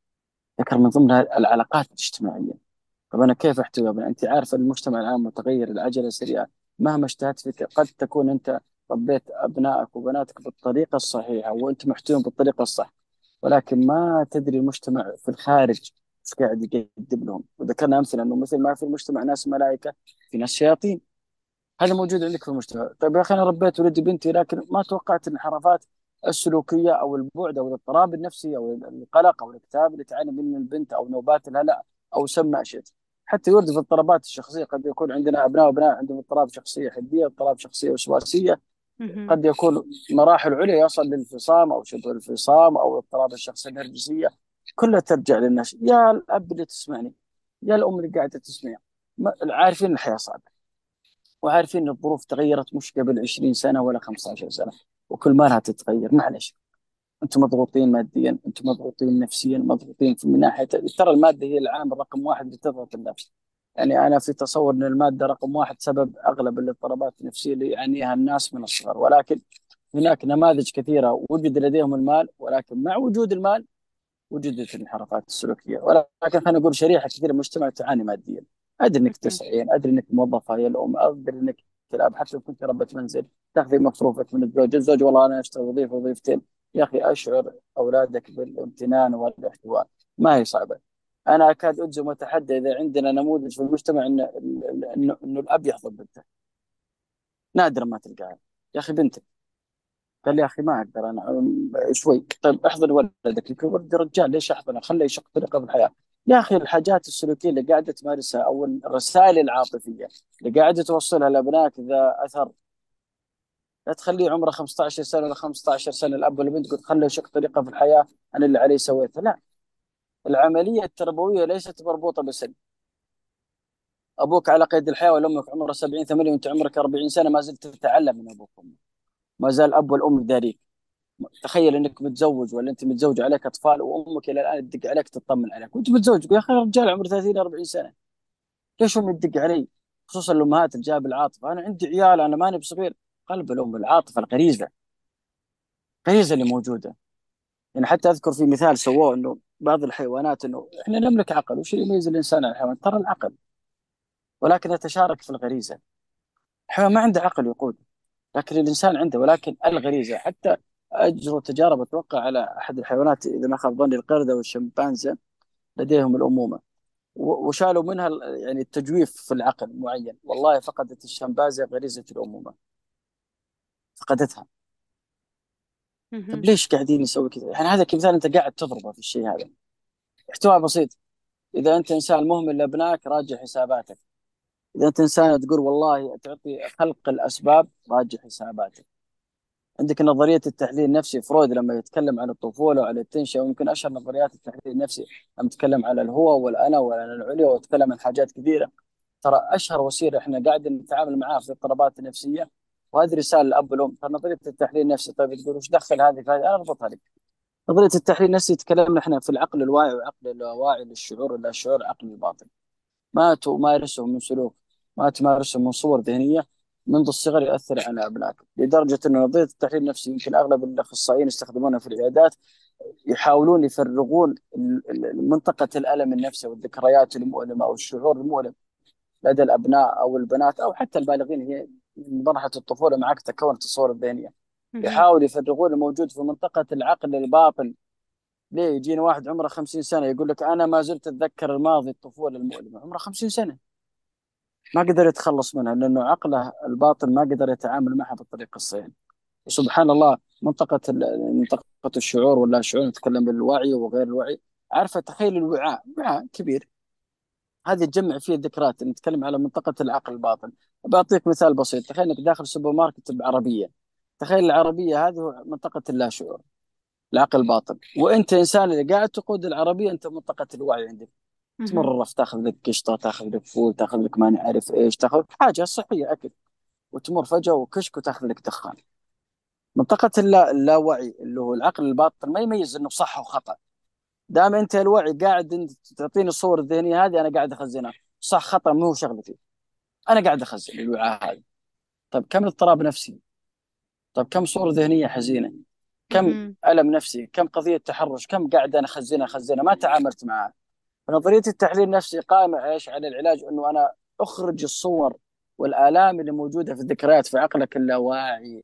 ذكر من ضمنها العلاقات الاجتماعية. طب أنا كيف أحتوي أبناء؟ أنت عارف المجتمع الآن متغير، العجلة سريعة. مهما اجتهدت فيك قد تكون أنت ربيت أبنائك وبناتك بالطريقة الصحيحة وأنت محتويهم بالطريقة الصح، ولكن ما تدري المجتمع في الخارج ايش قاعد يقدم لهم. وذكرنا أمثلة أنه مثل ما في المجتمع ناس ملائكة، في ناس شياطين. هذا موجود عندك في المجتمع. طيب يا أخي أنا ربيت ولدي بنتي، لكن ما توقعت الانحرافات السلوكية أو البعد أو الاضطراب النفسي أو القلق أو الاكتئاب اللي تعاني منه البنت، أو نوبات الهلع أو سمى أشد. حتى يورد في الاضطرابات الشخصية، قد يكون عندنا أبناء وأبناء عندهم اضطراب شخصية حدية، اضطراب شخصية وسواسية. مهم. قد يكون مراحل عليا يصل للانفصام أو شبه الانفصام أو اضطراب الشخصية النرجسية. كلها ترجع للناس. يا الأب اللي تسمعني، يا الأم اللي قاعدة تسمع، عارفين الحياة صعبة، وعارفين ان الظروف تغيرت، مش قبل 20 سنه ولا 15 سنه، وكل ما لها تتغير. معلش، انتم مضغوطين ماديا، انتم مضغوطين نفسيا، مضغوطين من ناحيه. ترى الماده هي العامل رقم واحد اللي تضغط النفس. يعني انا في تصور ان الماده رقم واحد سبب اغلب الاضطرابات النفسيه اللي يعانيها الناس من الصغر. ولكن هناك نماذج كثيره وجد لديهم المال، ولكن مع وجود المال وجدت الانحرافات السلوكيه. ولكن خلينا نقول شريحه كثيره من المجتمع تعاني ماديا. ادري انك مهم. تسعين، ادري انك موظفه يا الام، ادري انك الاب، حتى لو كنت ربة منزل تاخذي مصروفك من الزوج. الزوج والله انا اشتغل وظيفه وظيفتين. يا اخي اشعر اولادك بالامتنان والاحتواء. ما هي صعبه. انا اكاد اجزم واتحدى اذا عندنا نموذج في المجتمع انه الاب يحضن بنته. نادرا ما تلقاها. يا اخي بنتك، قال لي يا اخي ما اقدر انا شوي. طيب احضن ولدك. يمكن ولدي رجال، ليش احضنه؟ خليه يشق طريقه في الحياه. يا اخي الحاجات السلوكيه اللي قاعده تمارسها او الرسائل العاطفيه اللي قاعده توصلها لابنائك ذا اثر. لا تخليه عمره 15 سنه ولا 15 سنه الاب ولا بنت قلت خليه يشق طريقه في الحياه، انا اللي علي سويته. لا، العمليه التربويه ليست مربوطه بسن. ابوك على قيد الحياه ولا امك عمره 70 80 وانت عمرك 40 سنه ما زلت تتعلم من ابوك وامك. ما زال الاب والام دارين. تخيل انك متزوج ولا انت متزوج عليك اطفال وامك الى الان تدق عليك تطمن عليك، وانت متزوج تقول يا اخي رجال عمره 30 40 سنه، ليش امي تدق علي؟ خصوصا الامهات اللي جاب العاطفه. انا عندي عيال، انا ماني بصغير. قلب الام، العاطفه، الغريزه، الغريزه اللي موجوده. يعني حتى اذكر في مثال سووه انه بعض الحيوانات، انه احنا نملك عقل، وش اللي يميز الانسان عن الحيوان؟ ترى العقل، ولكن نتشارك في الغريزه. الحيوان ما عنده عقل يقود، لكن الانسان عنده. ولكن الغريزه حتى اجروا تجارب اتوقع على احد الحيوانات اذا ما خاب ظني القرده والشمبانزا، لديهم الأمومة وشالوا منها يعني التجويف في العقل معين. والله فقدت الشمبانزا غريزة الأمومة، فقدتها. طب مهم. ليش قاعدين نسوي كذا؟ يعني هذا كمثال أنت قاعد تضربه في الشيء هذا. احتواء بسيط. إذا أنت إنسان مهمل لأبنائك راجع حساباتك. إذا أنت إنسان تقول والله تعطي خلق الأسباب راجع حساباتك. عندك نظرية التحليل النفسي، فرويد لما يتكلم عن الطفولة وعن التنشئة، ويمكن أشهر نظريات التحليل النفسي لما يتكلم على الهو والأنا والأنا العليا، ويتكلم عن حاجات كثيرة. ترى اشهر وسيله احنا قاعدين نتعامل معاه في الاضطرابات النفسيه، وهذه رساله الاب والام. ترى نظريه التحليل النفسي، طيب تقول وش دخل هذه في هذه؟ انا اربطها لك. نظريه التحليل النفسي تكلمنا احنا في العقل الواعي وعقل اللاواعي، للشعور الى الشعور، عقل الباطن. ما تمارسه من سلوك، ما تمارسه من صور ذهنيه منذ الصغر يؤثر على ابنائك. لدرجه انه نظريه التحليل النفسي يمكن اغلب الاخصائيين يستخدمونها في العيادات، يحاولون يفرغون منطقه الالم النفسي والذكريات المؤلمه او الشعور المؤلم لدى الابناء او البنات او حتى البالغين. هي من مرحله الطفوله معك تكون التصور الذهنيه. مهم. يحاول يفرغون الموجود في منطقه العقل الباطن. ليه يجينا واحد عمره 50 سنه يقول لك انا ما زلت اتذكر الماضي، الطفوله المؤلمه، عمره 50 سنه ما قدر يتخلص منها لانه عقله الباطن ما قدر يتعامل معها بالطريقه الصحيحه. وسبحان الله، منطقه الشعور ولا الشعور، نتكلم بالوعي وغير الوعي. عارفه تخيل الوعاء، وعاء كبير هذه تجمع فيه الذكريات. نتكلم على منطقة العقل الباطن. بعطيك مثال بسيط. تخيل انك داخل سوبر ماركت بعربية. تخيل العربية هذه منطقة اللاشعور، العقل الباطن، وانت انسان اللي قاعد تقود العربية، انت منطقة الوعي عندك. مهم. تمر الرف، تاخذ لك قشطة، تاخذ لك فول، تاخذ لك ما نعرف ايش، تاخذ حاجة صحية اكل، وتمر فجأة وكشك وتاخذ لك دخان. منطقة اللاوعي اللي هو العقل الباطن ما يميز انه صح وخطأ. دام انت الوعي قاعد انت تعطيني الصور الذهنية هذه، انا قاعد اخزنها. صح خطأ مو شغلتي، انا قاعد اخزن الوعاء هذا. طيب كم اضطراب نفسي، طيب كم صورة ذهنية حزينة، كم مهم. ألم نفسي، كم قضية تحرش، كم قاعد انا اخزنها ما تعاملت معها. فنظرية التحليل النفسي قائمة ايش على العلاج، انه انا اخرج الصور والآلام اللي موجودة في الذكريات في عقلك اللاواعي،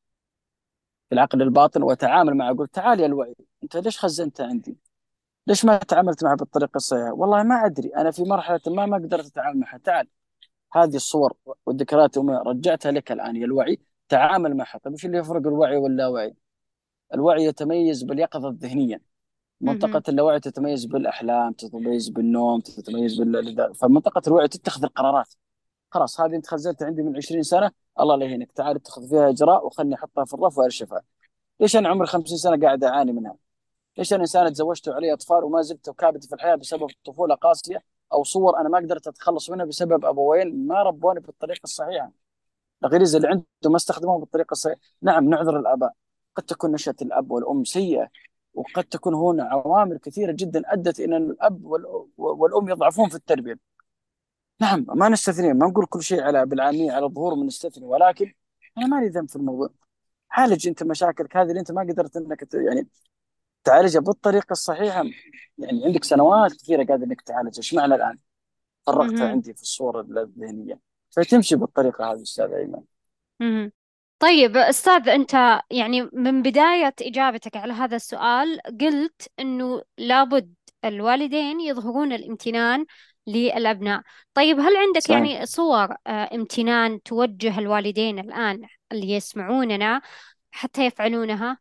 في العقل الباطن، واتعامل معه. اقول تعال يا الوعي، انت ليش خزنتها عندي؟ ليش ما تعاملت معها بالطريقة الصحيحة؟ والله ما ادري، انا في مرحلة ما قدرت اتعامل معها. تعال، هذه الصور والذكريات رجعتها لك الآن يا الوعي، تعامل معها. طيب ايش اللي يفرق الوعي واللاوعي؟ الوعي يتميز باليقظة الذهنية، منطقة مهم. اللاوعي تتميز بالأحلام، تتميز بالنوم، تتميز فمنطقة الوعي تتخذ القرارات. خلاص هذه انت خزنتها عندي من 20 سنة، الله لا يهينك، تعال اتخذ فيها إجراء وخلني أحطها في الرف وأرشفها. ليش أنا عمري 50 سنة قاعد أعاني منها؟ ليش انا انسان تزوجت وعلي اطفال وما زلت كابت في الحياه بسبب طفوله قاسيه، او صور انا ما قدرت اتخلص منها بسبب ابوين ما ربوني بالطريقه الصحيحه؟ الغريزه اللي عنده ما استخدموها بالطريقه الصحيحه. نعم نعذر الاباء، قد تكون نشأة الاب والام سيئه، وقد تكون هنا عوامل كثيره جدا ادت الى ان الاب والام يضعفون في التربيه. نعم ما نستثني، ما نقول كل شيء على بالعاميه على الظهور من نستثني، ولكن انا ما لي ذنب في الموضوع. عالج انت مشاكلك هذه اللي انت ما قدرت انك يعني تعالجها بالطريقه الصحيحه. يعني عندك سنوات كثيره قاعد انك تعالج، ايش معنى الان فرغتها مهم. عندي في الصوره الذهنيه؟ فتمشي بالطريقه هذه استاذ ايمن. مهم. طيب أستاذ، أنت يعني من بداية إجابتك على هذا السؤال قلت أنه لابد الوالدين يظهرون الامتنان للأبناء. طيب هل عندك صحيح. يعني صور امتنان توجه الوالدين الآن اللي يسمعوننا حتى يفعلونها؟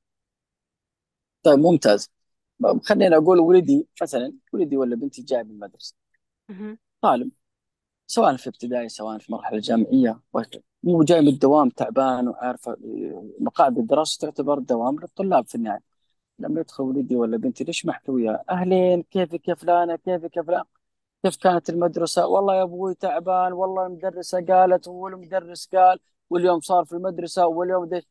طيب ممتاز. خليني اقول ولدي مثلا، ولدي ولا بنتي جاي من المدرسه، مهم. طالب، سواء في ابتدائي سواء في مرحله جامعيه، مو جاي من الدوام تعبان وعارفه مقاعد الدراسه تعتبر دوام للطلاب في النهايه. لما يدخل ولدي ولا بنتي ليش ما احكي وياه اهلين، كيفك يا فلانه، كيفك يا فلان، كيف كانت المدرسة؟ والله يا أبوي تعبان، والله المدرسة قالت والمدرس قال، واليوم صار في المدرسة واليوم ده.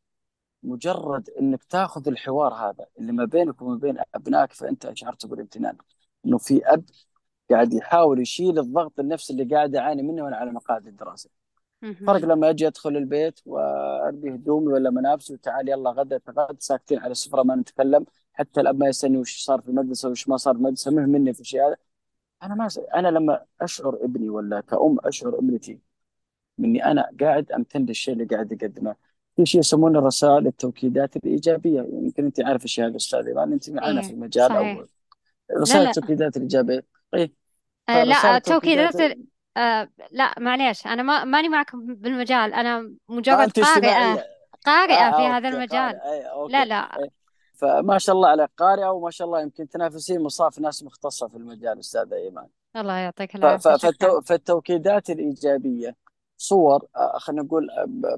مجرد أنك تاخذ الحوار هذا اللي ما بينك وما بين أبنائك، فأنت أشعرت بالامتنان. أنه في أب قاعد يحاول يشيل الضغط النفسي اللي قاعد أعاني منه وأنا على مقاعد الدراسة. فرق مهم. لما أجي أدخل البيت وأربي هدومي ولا ملابسي وتعال يلا غدا غدا، ساكتين على السفرة ما نتكلم، حتى الأب ما يسألني وش صار في المدرسة وش ما صار في المدرسة، مهم مني في الشيء هذا. انا لما اشعر ابني ولا كأم اشعر ابنتي مني انا قاعد امتن للشيء اللي قاعد يقدمه. في شيء يسمونه الرسائل التوكيدات الايجابيه، يعني يمكن انت عارف الشيء هذا استاذ ايمان، انت معنا في إيه المجال، صحيح. او لا رسائل لا. التوكيدات الايجابيه. طيب فرسائل لا التوكيدات. توكيدات لا معليش، أنا ماني معك بالمجال، أنا مجرد انت قارئة، اجتماعيه. قارئة في هذا اوكي المجال. قارئ، اي لا اوكي. لا. أي. فما شاء الله عليك قارئه، وما شاء الله يمكن تنافسين مصاف ناس مختصه في المجال استاذ ايمان. الله يعطيك العافية، شكرا. فالتوكيدات الإيجابية صور، خلينا نقول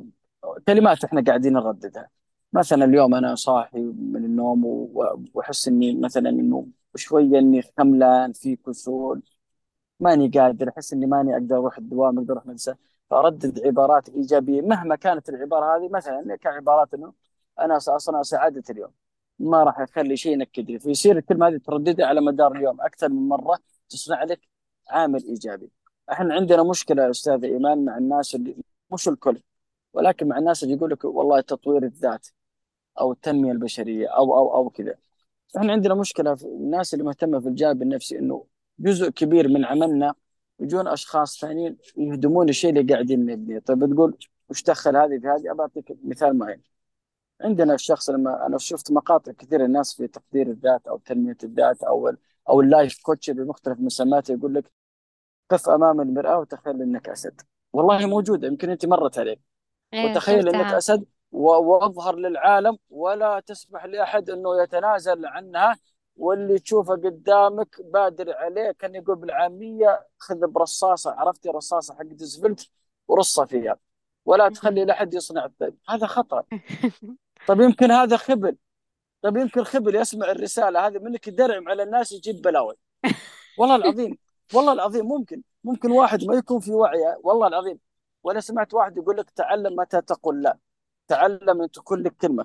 كلمات احنا قاعدين نرددها. مثلا اليوم أنا صاحي من النوم وأحس إني مثلا إنه شوية إني خملان في كسول، ماني قادر، أحس إني ماني أقدر أروح الدوام، أقدر أروح مدرسة، فأردد عبارات إيجابية مهما كانت العبارة هذه. مثلا كعبارات إنه أنا أصلا سعادة اليوم، ما راح أخلي شيء ينكد لي، فيصير الكلمة هذه ترددها على مدار اليوم أكثر من مرة، تصنع لك عامل إيجابي. احنا عندنا مشكلة يا أستاذ إيمان مع الناس اللي، مش الكل، ولكن مع الناس اللي يقول لك والله تطوير الذات أو التنمية البشرية أو كذا. احنا عندنا مشكله في الناس اللي مهتمه في الجانب النفسي، انه جزء كبير من عملنا يجون اشخاص ثانيين يهدمون الشيء اللي قاعدين نبنيه. طيب بتقول وش دخل هذه في هذه؟ بعطيك مثال معين. عندنا الشخص، لما انا شفت مقاطع كثير الناس في تقدير الذات او تنميه الذات او اللايف كوتش بمختلف مسماته، يقول لك قف امام المراه وتخيل انك اسد. والله موجوده، يمكن انت مرت عليك. ايه وتخيل انك شفتها. اسد واظهر للعالم ولا تسمح لاحد انه يتنازل عنها، واللي تشوفه قدامك بادر عليه، كان يقول بالعامية خذ برصاصة، عرفتي رصاصة حق الزفلت ورصة فيها، ولا تخلي لحد يصنع الطيب. هذا خطأ. طيب يمكن هذا خبل، طيب يمكن خبل يسمع الرسالة هذه منك يدرعم على الناس يجيب بلاوي. والله العظيم، والله العظيم ممكن واحد ما يكون في وعيه، والله العظيم. ولا سمعت واحد يقول لك تعلم متى تقول لا، تعلم من تكون لك كلمة،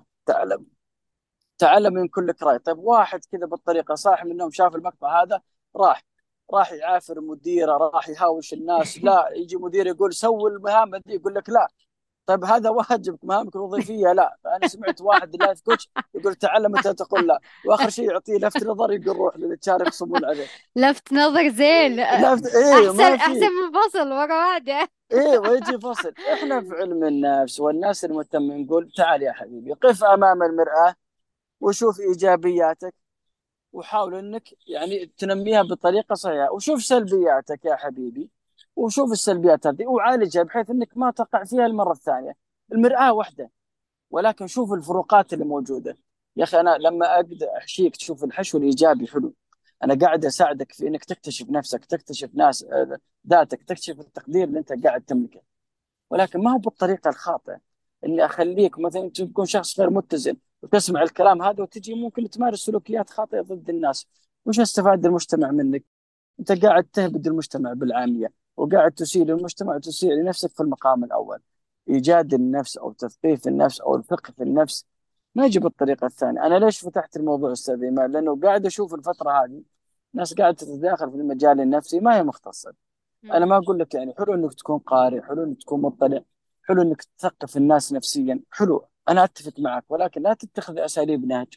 تعلم من كل راي. طيب واحد كذا بالطريقه صاحي منهم شاف المقطع هذا، راح راح يعافر مديره، راح يهاوش الناس، لا يجي مدير يقول سوي المهام دي يقول لك لا. طيب هذا واجبك، مهامك الوظيفيه لا. انا سمعت واحد لايف كوتش يقول تعلم متى تقول لا، واخر شيء يعطيه لفت نظر يقول روح للتشار يخصمون عليه. لفت نظر زين. لفت ايه أحسن ما أحسن في. من فصل ورا واحدة. ايه ويجي فصل. احنا في علم النفس والناس المهتمين نقول تعال يا حبيبي قف امام المرآة وشوف ايجابياتك، وحاول انك يعني تنميها بطريقه صحيحه، وشوف سلبياتك يا حبيبي، وشوف السلبيات هذه وعالجها بحيث انك ما تقع فيها المره الثانيه. المرآة واحده، ولكن شوف الفروقات اللي موجوده. يا اخي انا لما اقدر احشيك تشوف الحشو الايجابي حلو، انا قاعد اساعدك في انك تكتشف نفسك، تكتشف ناس ذاتك، تكتشف التقدير اللي انت قاعد تملكه، ولكن ما هو بالطريقه الخاطئه. اني اخليك مثلا تكون شخص غير متزن وتسمع الكلام هذا وتجي ممكن تمارس سلوكيات خاطئه ضد الناس. وش استفاد المجتمع منك؟ انت قاعد تهبد المجتمع بالعاميه، وقاعد تسيء للمجتمع وتسيء لنفسك في المقام الاول. ايجاد النفس او تثقيف النفس او الفقه في النفس ما يجي بالطريقه الثانيه. انا ليش فتحت الموضوع استاذ ايمان؟ لانه قاعد اشوف الفتره هذه ناس قاعده تتداخل في المجال النفسي ما هي مختصه. انا ما اقول لك يعني حلو انك تكون قارئ، حلو انك تكون مطلع، حلو انك تثقف الناس نفسيا، حلو انا اتفق معك، ولكن لا تتخذ اساليب نهج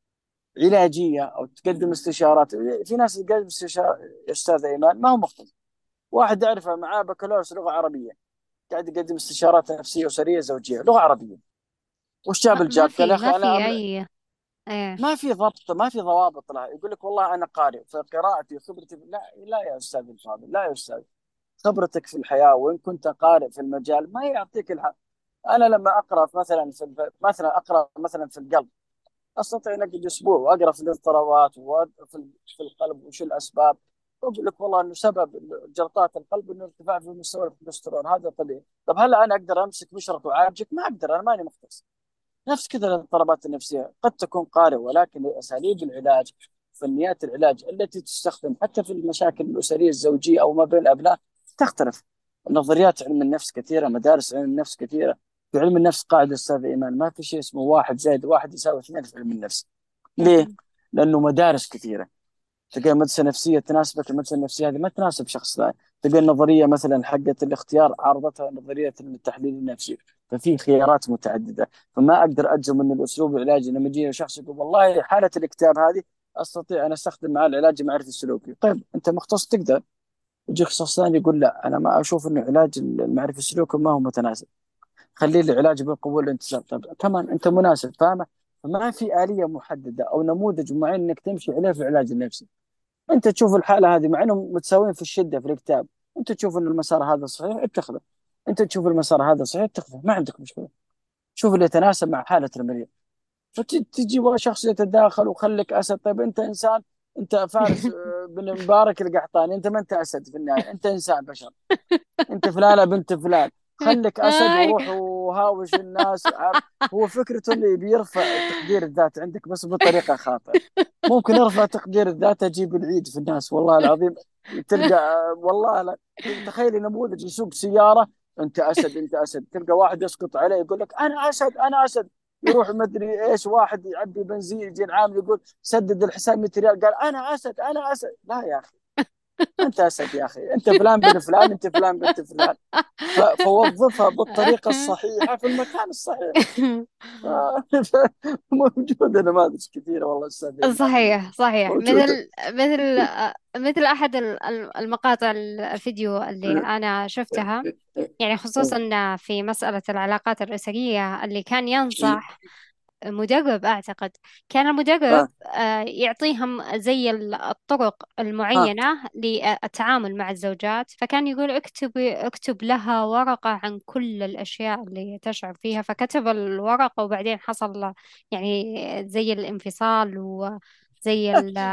علاجيه او تقدم استشارات. في ناس تقدم استشارات يا استاذ ايمان ما هو مختص. واحد اعرفه معاه بكالوريوس لغه عربيه قاعد يقدم استشارات نفسيه اسريه زوجيه لغه عربيه. وش جاب ما الجاب؟ قال يا في اخي ما انا في أي. إيه. ما في ضبط، ما في ضوابط لها. يقول لك والله انا قارئ فقراءتي وخبرتي، لا لا يا استاذ الفاضل، لا يا استاذ. خبرتك في الحياة وإن كنت قارئ في المجال ما يعطيك الحق. أنا لما أقرأ مثلا مثلا أقرأ مثلا في القلب، أستطيع أن أقعد أسبوع وأقرأ في الاضطرابات في القلب وش الأسباب، أقول لك والله إنه سبب جلطات القلب إنه ارتفاع في مستوى الكوليسترول، هذا طبيعي. طب هل أنا أقدر أمسك مشرط وأعالجك؟ ما أقدر، أنا ماني مختص. نفس كذا الاضطرابات النفسية قد تكون قارئ، ولكن أساليب العلاج، فنيات العلاج التي تستخدم حتى في المشاكل الأسرية الزوجية أو ما بين الأبناء تختلف. نظريات علم النفس كثيرة، مدارس علم النفس كثيرة. في علم النفس قاعدة أستاذ إيمان ما في شيء اسمه واحد زائد واحد يساوي اثنين في علم النفس. ليه؟ لأنه مدارس كثيرة. تلقى مدرسة نفسية تناسبك، المدرسة النفسية هذه ما تناسب شخص ثاني. تلقى النظرية مثلا حقت الاختيار عارضتها نظرية التحليل النفسي. ففي خيارات متعددة. فما أقدر أجزم أن الأسلوب العلاجي لما يجي شخص يقول والله حالة الاكتئاب هذه أستطيع أن أستخدم معها العلاج المعرفي السلوكي، طيب أنت مختص تقدر. يجي شخص ثاني يقول لا أنا ما أشوف أن علاج المعرفي السلوكي ما هو متناسب، خليه العلاج بالقبول والانتساب. طيب كمان أنت مناسب فاهمة. فما في آلية محددة أو نموذج معين إنك تمشي عليه في العلاج النفسي. انت تشوف الحاله هذه مع انهم متساويين في الشده في الكتاب، انت تشوف ان المسار هذا صحيح اتخذه، انت تشوف المسار هذا صحيح اتخذه، ما عندك مشكله. شوف اللي يتناسب مع حاله المريض. فتجي شخص يتداخل وخليك اسد. طيب انت انسان، انت فارس بن مبارك القحطاني، انت ما انت اسد في النهايه، انت انسان بشر، انت فلانه بنت فلان، خليك اسد هاي. وروح وهاوش الناس هو فكرته اللي بيرفع تقدير الذات عندك بس بطريقه خاطئه. ممكن يرفع تقدير الذات اجيب العيد في الناس والله العظيم. تلقى والله لا. تخيلي نموذج يسوق سياره، انت اسد انت اسد، تلقى واحد يسقط عليه يقول لك انا اسد انا اسد. يروح مدري ايش واحد يعبي بنزين يجي العامل يقول سدد الحساب 100 ريال، قال انا اسد انا اسد. لا يا اخي ما انت اسد يا اخي، انت فلان بن فلان، انت فلان بنت فلان. فوظفها بالطريقه الصحيحه في المكان الصحيح. موجوده نماذج كثيره والله استاذ ايمان، صحيح صحيح. موجوده. مثل أحد المقاطع الفيديو اللي أنا شفتها، يعني خصوصا في مسألة العلاقات الأسرية، اللي كان ينصح مدرب أعتقد. كان المدرب ها يعطيهم زي الطرق ها المعينة للتعامل مع الزوجات، فكان يقول اكتب لها ورقة عن كل الأشياء اللي تشعر فيها. فكتب الورقة وبعدين حصل يعني زي الانفصال زي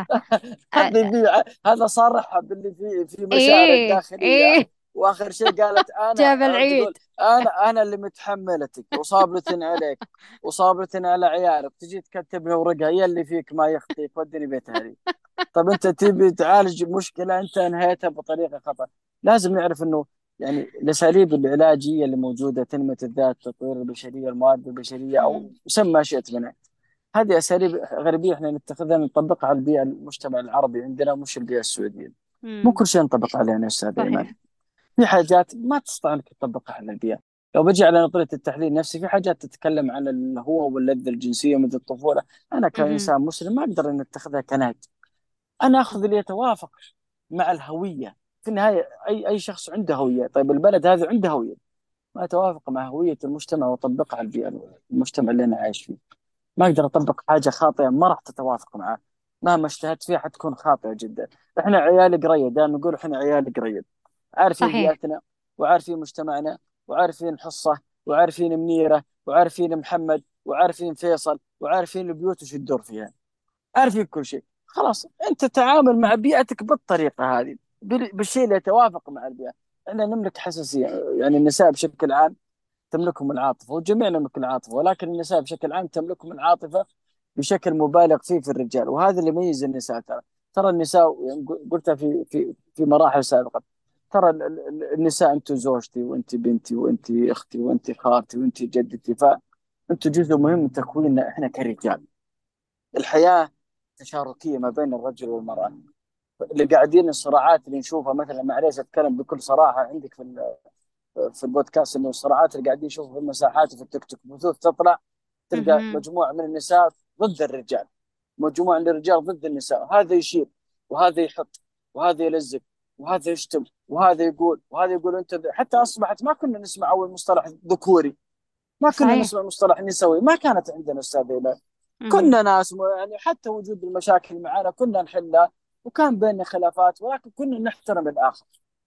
هذا صرح باللي في مشاعر إيه الداخلية. إيه. واخر شيء قالت جاب تقول العيد. انا اللي متحملتك وصابرة عليك وصابرة على عيالك، تجي تكتب له ورقه يا اللي فيك ما يخطيك ودني بيت هذه. طب انت تبي تعالج مشكله انت انهيتها بطريقه خطا. لازم نعرف انه يعني الاساليب العلاجيه اللي موجوده، تنميه الذات، تطوير البشريه، الموارد البشريه، او مم. سمى ما شئت منها، هذه اساليب غربيه احنا نتخذها نطبقها على البيئه، المجتمع العربي عندنا مش البيئه السعوديه. مو مم. كل شيء نطبق علينا يا استاذ ايمان. صحيح. في حاجات ما تستطيع انك تطبقها على البيئه. لو بجي على نظريه التحليل النفسي، في حاجات تتكلم عن الهوى واللذه الجنسيه منذ الطفوله، انا مهم. كانسان مسلم ما اقدر ان اتخذها كنهج. انا اخذ اللي يتوافق مع الهويه. في النهايه اي شخص عنده هويه. طيب البلد هذا عنده هويه، ما يتوافق مع هويه المجتمع واطبقها على البيئه، المجتمع اللي انا عايش فيه. ما اقدر اطبق حاجه خاطئه ما راح تتوافق معه، مهما اجتهدت فيها حتكون خاطئه جدا. احنا عيال قريه، دائما نقول احنا عيال قريه، عارفين صحيح. بيئتنا وعارفين مجتمعنا وعارفين حصه وعارفين منيره وعارفين محمد وعارفين فيصل وعارفين البيوت وش تدور فيها، عارفين كل شيء. خلاص انت تعامل مع بيئتك بالطريقه هذه، بالشيء اللي يتوافق مع البيئه. احنا نملك حساسيه، يعني النساء بشكل عام تملكهم العاطفه، وجميع نملك العاطفه، ولكن النساء بشكل عام تملكهم العاطفه بشكل مبالغ فيه في الرجال، وهذا اللي يميز النساء. ترى النساء، يعني قلتها في مراحل سابقه، ترى النساء انتم زوجتي وانت بنتي وانت اختي وانت خالتي وانت جدتي، فانتم جزء مهم من تكويننا احنا كرجال. الحياه تشاركيه ما بين الرجل والمراه. اللي قاعدين الصراعات اللي نشوفها مثلا، معليش اتكلم بكل صراحه، عندك في البودكاست، انه الصراعات اللي قاعدين نشوفها في المساحات وفي التيك توك بثوث تطلع، تلقى مهم. مجموعه من النساء ضد الرجال، مجموعه من الرجال ضد النساء، هذا يشير وهذا يحط وهذا يلزق وهذا يشتم وهذا يقول وهذا يقول انت حتى اصبحت ما كنا نسمع اول مصطلح ذكوري، ما كنا صحيح. نسمع مصطلح نسوي، ما كانت عندنا استاذ إيمان. مهم. كنا ناس يعني حتى وجود المشاكل معنا كنا نحلها، وكان بيننا خلافات ولكن كنا نحترم الاخر.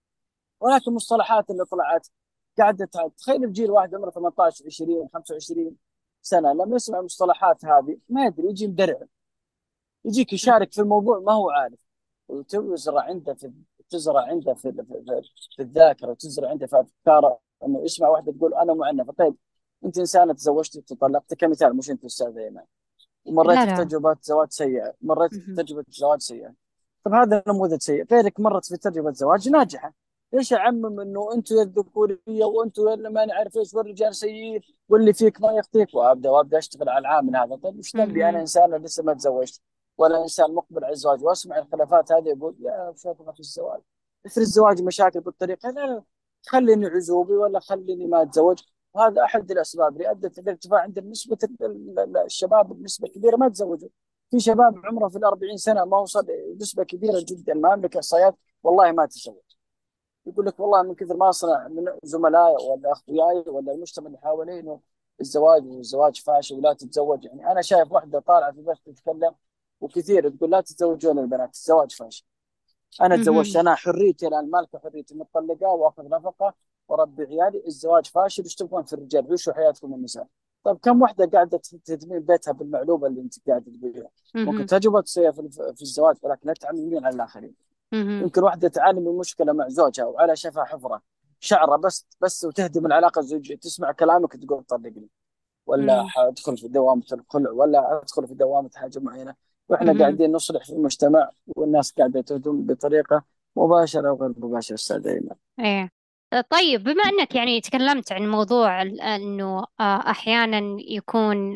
ولكن المصطلحات اللي طلعت قاعده تخيل الجيل واحد عمره 18 20 25 سنه لما يسمع المصطلحات هذه ما يدري، يجي مدرع، يجيك يشارك في الموضوع ما هو عارف، وتزرع عنده تزرع عنده في الذاكره، وتزرع عنده في افكاره انه يسمع واحده تقول انا معنفه. طيب انت انسانه تزوجتي وتطلقتي كمثال، مش انت استاذ ايمان، ومريت لا في لا. تجربه زواج سيئه، مريت في مهم. تجربه زواج سيئه. طب هذا نموذج سيء، غيرك مرت في تجربه زواج ناجحه. ليش اعمم انه انتم يا الذكوريه وانتم يا اللي ما نعرف ايش والرجال سيئين واللي فيك ما يخطيك، وابدا اشتغل على العامل هذا؟ طيب ايش ذنبي انا مهم. انسان لسه ما تزوجت ولا انسان مقبل على الزواج، واسمع الخلافات هذه اقول يا شيخنا في الزواج، في الزواج مشاكل بالطريقه، لا لا، خليني عزوبي ولا خليني ما اتزوج. وهذا احد الاسباب اللي ادت الى ارتفاع عند نسبه الشباب بنسبه كبيره ما تزوجوا. في شباب عمره في الأربعين سنة ما وصل، نسبة كبيرة جدا ما أملك إحصائيات، والله ما تزوج. يقول لك والله من كثر ما أصنع من زملائي ولا أخوياي ولا المجتمع اللي حوالي إنه الزواج والزواج فاشل ولا تتزوج. يعني أنا شايف واحدة طالعة في بث تتكلم وكثير تقول لا تتزوجون البنات، الزواج فاشل. أنا تزوجت، مهم. أنا حريتي الآن، مالكة حريتي، مطلقة وآخذ نفقة وأربي عيالي، الزواج فاشل، إيش تبغون في الرجال؟ عيشوا حياتكم النساء. طيب كم واحدة قاعدة تهدمين بيتها بالمعلومة اللي أنت قاعدة تقوليها؟ ممكن مهم. تجربة سيئة في الزواج، ولكن لا تعممين على الآخرين. مهم. يمكن واحدة تعاني من مشكلة مع زوجها وعلى شفا حفرة، شعره بس وتهدم العلاقة الزوجية، تسمع كلامك تقول طلقني، ولا مهم. حادخل في دوامة الخلع، ولا ادخل في دوامة حاجة معينة. واحنا مهم. قاعدين نصلح في المجتمع والناس قاعدة تهدم بطريقة مباشرة او غير مباشرة استاذ ايمن. ايه. طيب، بما انك يعني تكلمت عن موضوع انه احيانا يكون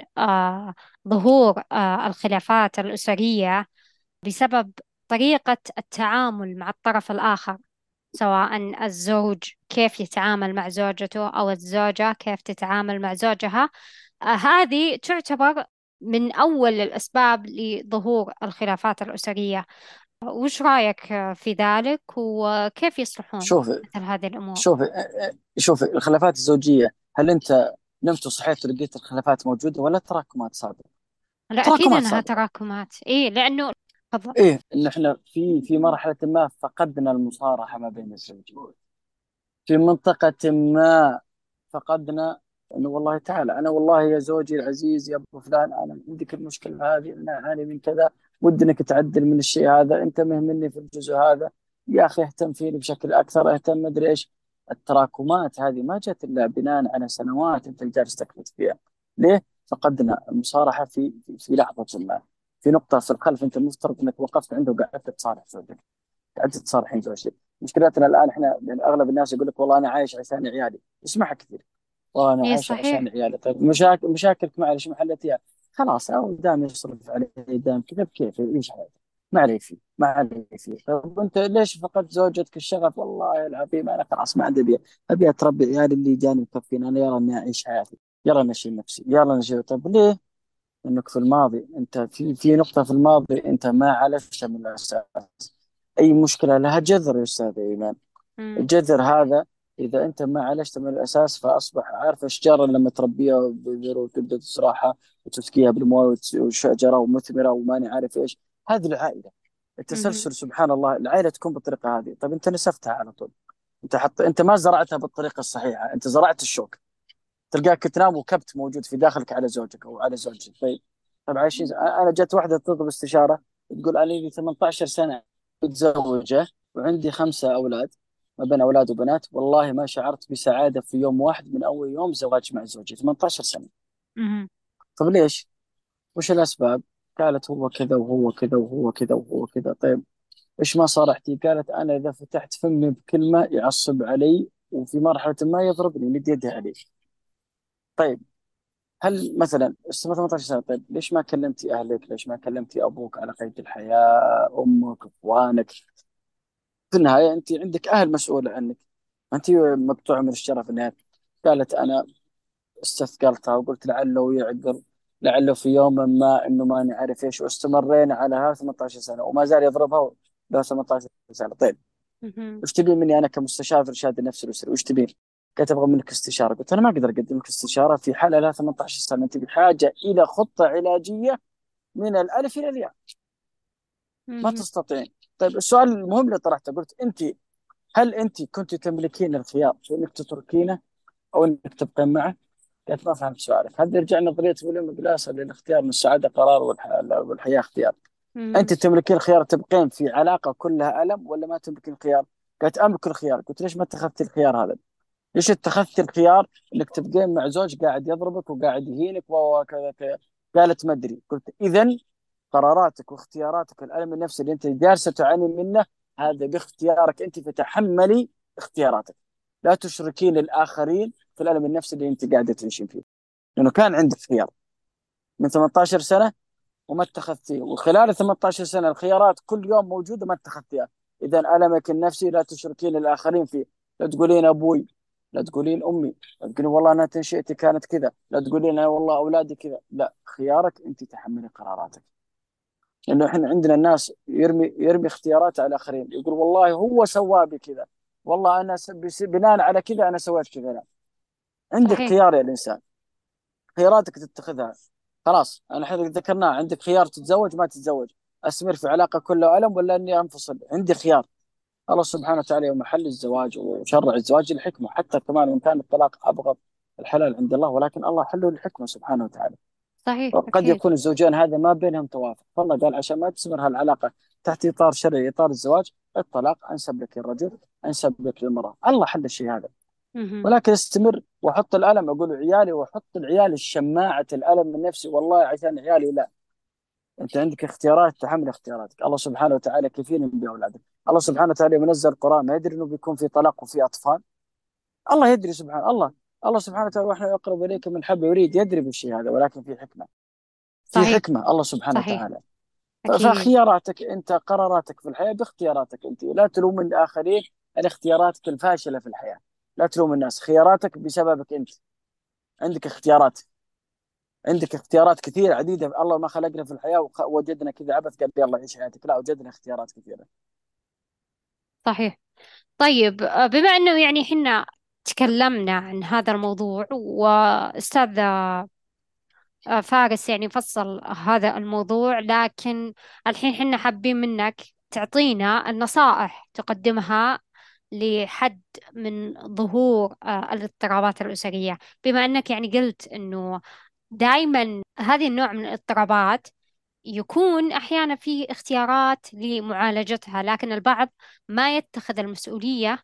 ظهور الخلافات الاسريه بسبب طريقه التعامل مع الطرف الاخر، سواء الزوج كيف يتعامل مع زوجته او الزوجه كيف تتعامل مع زوجها. هذه تعتبر من اول الاسباب لظهور الخلافات الاسريه. وش رايك في ذلك، وكيف يصلحون شوف مثل هذه الامور؟ شوف شوف الخلافات الزوجية، هل انت نمت وصحيت ولقيت الخلافات موجودة ولا تراكمات صادقة؟ لا، أكيد تراكمات أنها صادقة. تراكمات، إيه، لأنه تفضل. ايه ان احنا في مرحلة ما فقدنا المصارحة ما بين الزوجين، في منطقة ما فقدنا انه والله تعالى انا والله يا زوجي العزيز يا ابو فلان انا عندك المشكله هذه، انا اعاني من كذا، ودي انك تعدل من الشيء هذا، انت مهمني في الجزء هذا، يا اخي اهتم فيني بشكل اكثر، اهتم مدري ايش. التراكمات هذه ما جت الا بناء على سنوات انت جالس تكبت فيها. ليه؟ فقدنا المصارحه في لحظه ما، في نقطه في الخلف انت المفترض انك وقفت عنده وقعدت تصارح زوجك، قعدت تصارحين زوجتك. مشكلتنا الان احنا يعني اغلب الناس يقول لك والله انا عايش عشان عيالي، اسمعها كثير، والله انا إيه عايش عشان صحيح. عيالي. طيب مشاكلك معي ليش ما حلتيها؟ خلاص او دام يصرف عليه دام كذا بكيف يعيش حياته، ما عليه فيه ما عليه فيه. طيب انت ليش فقدت زوجتك الشغف؟ والله العظيم انا خلاص ما عندي ابي اتربي عيالي اللي جاني مكفين، انا يلا اني اعيش حياتي، يلا نشيل نفسي، يلا نشيل. طيب ليه؟ انك في الماضي انت في نقطة في الماضي انت ما عالجتها من الاساس. اي مشكلة لها جذر يا استاذ ايمان، مم. الجذر هذا إذا أنت ما عالجته من الأساس فأصبح عارف الشجرة لما تربيها بذر وتبدأ تزرعها وتسقيها بالمويه وشجرة ومثمرة وماني عارف إيش، هذه العائلة. مهم. التسلسل سبحان الله العائلة تكون بالطريقة هذه. طيب أنت نسفتها على طول، أنت ما زرعتها بالطريقة الصحيحة، أنت زرعت الشوك. تلقاك تنام وكبت موجود في داخلك على زوجك أو على زوجك. طيب طيب عايشين. أنا جت واحدة تطلب استشارة تقول أنا لي 18 سنة متزوجة وعندي 5 أولاد، ما بين أولاد وبنات، والله ما شعرت بسعادة في يوم واحد من أول يوم زواج مع زوجي. 18 سنة. مهم. طيب ليش؟ وش الأسباب؟ قالت هو كذا وهو كذا وهو كذا وهو كذا. طيب إيش ما صارحتي؟ قالت أنا إذا فتحت فمي بكلمة يعصب علي وفي مرحلة ما يضربني يمد يده علي. طيب هل مثلا 18 سنة، طيب ليش ما كلمتي أهلك؟ ليش ما كلمتي أبوك على قيد الحياة، أمك، إخوانك؟ في النهاية أنت عندك أهل مسؤولة عنك، أنت مقطوعة من الشرف. النهاية قالت أنا استثقلتها وقلت لعله يعقل، لعله في يوم ما انه ما نعرف ايش، واستمرينا على هذا 18 سنه وما زال يضربها له 18 سنه. طيب مهم. وش تبين مني انا كمستشار في ارشاد النفس الاسري؟ وش تبين؟ قالت ابغى منك استشاره. قلت انا ما اقدر اقدم لك استشاره في حاله لها 18 سنه، انت بحاجه الى خطه علاجيه من الالف الى الياء، ما مهم. تستطيعين. طيب السؤال المهم اللي طرحته قلت انت، هل انت كنت تملكين الخيار في انك تتركينه او انك تبقين معه؟ قالت ما فهمت سؤالك. هذا يرجع نظريه ويليام جلاسر للاختيار، من السعاده قرار والحياه اختيار. انت مهم. تملكين الخيار تبقين في علاقه كلها الم ولا ما تملكين الخيار؟ قالت املك الخيار. قلت ليش ما اتخذت الخيار هذا؟ ليش اتخذت الخيار انك تبقين مع زوج قاعد يضربك وقاعد يهينك وكذا كذا؟ قالت ما ادري. قلت اذا قراراتك واختياراتك الالم النفسي اللي انت جالسه تعاني منه هذا باختيارك انت، فتحملي اختياراتك، لا تشركين الاخرين في الالم النفسي اللي انت قاعده تعيشين فيه، لانه كان عندك خيار من 18 سنه وما اتخذتيه، وخلال ال 18 سنه الخيارات كل يوم موجوده ما اتخذتيها. اذا المك النفسي لا تشركين الاخرين فيه، لا تقولين ابوي، لا تقولين امي، لا تقولين والله انا تنشئتي كانت كذا، لا تقولين أنا والله اولادي كذا. لا، خيارك انت تحملي قراراتك. لانه احنا عندنا الناس يرمي اختيارات على الاخرين، يقول والله هو سوى بي كذا، والله انا بناء على كذا انا سويت كذا. لا، عندك صحيح. خيار يا الانسان، خياراتك تتخذها. خلاص انا احنا ذكرناه، عندك خيار تتزوج ما تتزوج، استمر في علاقه كلها الم ولا اني انفصل، عندي خيار. الله سبحانه وتعالى يوم حل الزواج وشرع الزواج الحكمه، حتى كمان وان كان الطلاق ابغض الحلال عند الله، ولكن الله حله الحكمه سبحانه وتعالى. صحيح وقد أكيد. يكون الزوجين هذا ما بينهم توافق، فالله قال عشان ما تستمر هالعلاقه تحت اطار شرعي اطار الزواج، الطلاق انسب لك الرجل، انسب لك المراه، الله حل الشيء هذا. مهم. ولكن استمر وحط الالم، اقول عيالي واحط العيال الشماعه الالم النفسي والله عشان عيالي. لا، انت عندك اختيارات، تحمل اختياراتك. الله سبحانه وتعالى كفيل باولادك. الله سبحانه وتعالى منزل القران ما يدري انه بيكون في طلاق وفي اطفال؟ الله يدري سبحان الله. الله سبحانه وتعالى واحنا اقرب اليك من حبل يريد، يدري بالشيء هذا، ولكن في حكمه، في صحيح. حكمه الله سبحانه صحيح وتعالى. أكيد. فخياراتك انت، قراراتك في الحياه باختياراتك انت، لا تلوم الاخرين على اختياراتك الفاشله في الحياه، لا تلوم الناس، خياراتك بسببك انت. عندك اختيارات، عندك اختيارات كثيرة عديدة. الله ما خلقنا في الحياة ووجدنا كذا عبث قال يلا عيش حياتك، لا، وجدنا اختيارات كثيرة. صحيح. طيب بما أنه يعني حنا تكلمنا عن هذا الموضوع، وأستاذ فارس يعني فصل هذا الموضوع، لكن الحين حنا حابين منك تعطينا النصائح تقدمها لحد من ظهور الاضطرابات الأسرية، بما أنك يعني قلت أنه دائما هذه النوع من الاضطرابات يكون أحيانا في اختيارات لمعالجتها، لكن البعض ما يتخذ المسؤولية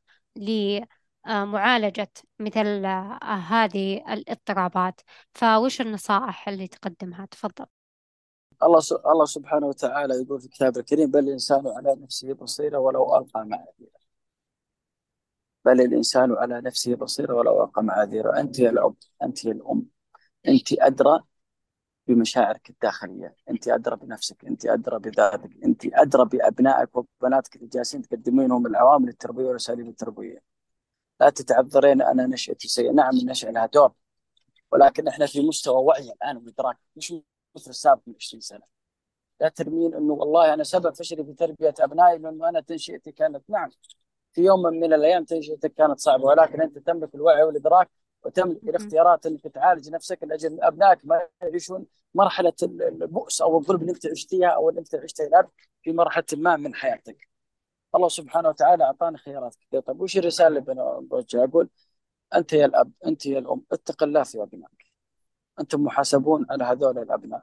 لمعالجة مثل هذه الاضطرابات. فوش النصائح اللي تقدمها؟ تفضل. الله سبحانه وتعالى يقول في كتابه الكريم: بل الإنسان على نفسه بصيرة ولو ألقى معاذيره. بل الإنسان على نفسه بصيرة ولو ألقى معاذيره. أنت يا الأب، أنت يا الأم، أنت أدرى بمشاعرك الداخلية، أنت أدرى بنفسك، أنت أدرى بذاتك، أنت أدرى بأبنائك وبناتك اللي جالسين تقدمينهم العوامل التربوية والأساليب التربوية. لا تتعذرين: أنا نشأتي سيئة. نعم، النشأة لها دور، ولكن احنا في مستوى وعي الآن وإدراك، مش مثل السابق من 20 سنة. لا ترمين انه والله انا سبب فشلي في تربيه ابنائي لانه انا تنشئتي كانت، نعم، في يوم من الايام تنشئتك كانت صعبه، ولكن انت تملك الوعي والادراك وتملك مهم. الاختيارات انك تعالج نفسك لاجل ابنائك ما يعيشون مرحله البؤس او الظلم اللي انت عشتيها او اللي انت عشتها الان في مرحله ما من حياتك. الله سبحانه وتعالى اعطانا خيارات كثيره. طيب وش الرساله اللي بوجهها؟ اقول: انت يا الاب، انت يا الام، اتق الله في ابنائك. انتم محاسبون على هذول الابناء.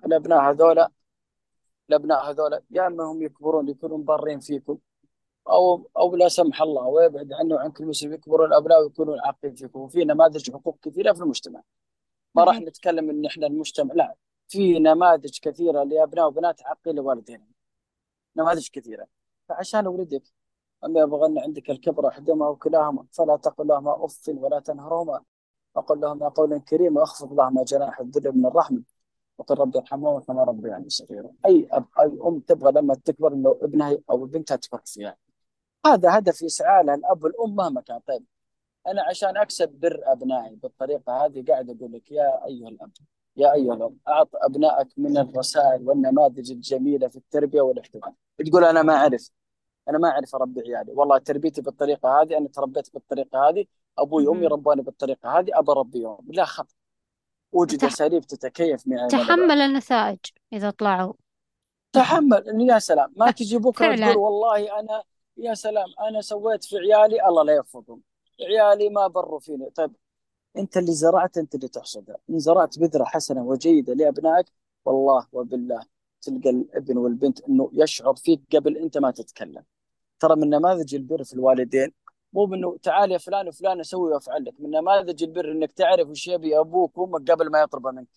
الابناء هذول يا اما هم يكبرون يكونون بارين فيكم، او لا سمح الله ويبعد عنه وعن كل مسلم يكبرون الابناء ويكونون عاقين فيكم. وفي نماذج حقوق كثيره في المجتمع. ما راح مهم. نتكلم ان احنا المجتمع، لا، في نماذج كثيره لابناء وبنات عاقين لوالدينهم، نماذج كثيره. فعشان ولدك اما يبغن عندك الكبر احدهما وكلاهما فلا تقل لهما اف ولا تنهرهما، وقل لهما قولا كريما واخفض لهما جناح الذل من الرحمه، وقل رب ارحمهما كما ربياني صغيرا. اي اب اي ام تبغى لما تكبر انه ابنها او بنتها تكبر فيها. هذا هدف يسعى له الاب والام مهما كان. طيب انا عشان اكسب بر ابنائي بالطريقه هذه قاعد اقول لك يا ايها الاب، يا ايها الام، اعط ابنائك من الرسائل والنماذج الجميله في التربيه والاحتواء. تقول انا ما اعرف اربي عيالي، والله تربيتي بالطريقه هذه، انا تربيت بالطريقه هذه، ابوي وامي مهم. ربوني بالطريقه هذه، ابى اربيهم. لا خطأ. وجد وتح... اساليب تتكيف مع الاباء. تحمل النتائج إذا طلعوا. تحمل. يا سلام، ما تجي بكره تقول فعلا. والله انا، يا سلام، انا سويت في عيالي الله لا يحفظهم، عيالي ما بروا فيني. طيب انت اللي زرعت، انت اللي تحصدها. ان زرعت بذره حسنه وجيده لابنائك، والله وبالله تلقى الابن والبنت انه يشعر فيك قبل انت ما تتكلم. ترى من نماذج البر في الوالدين مو بانه تعال يا فلان وفلان اسوي وافعل لك. من نماذج البر انك تعرف وش يبي ابوك وامك قبل ما يطلب منك،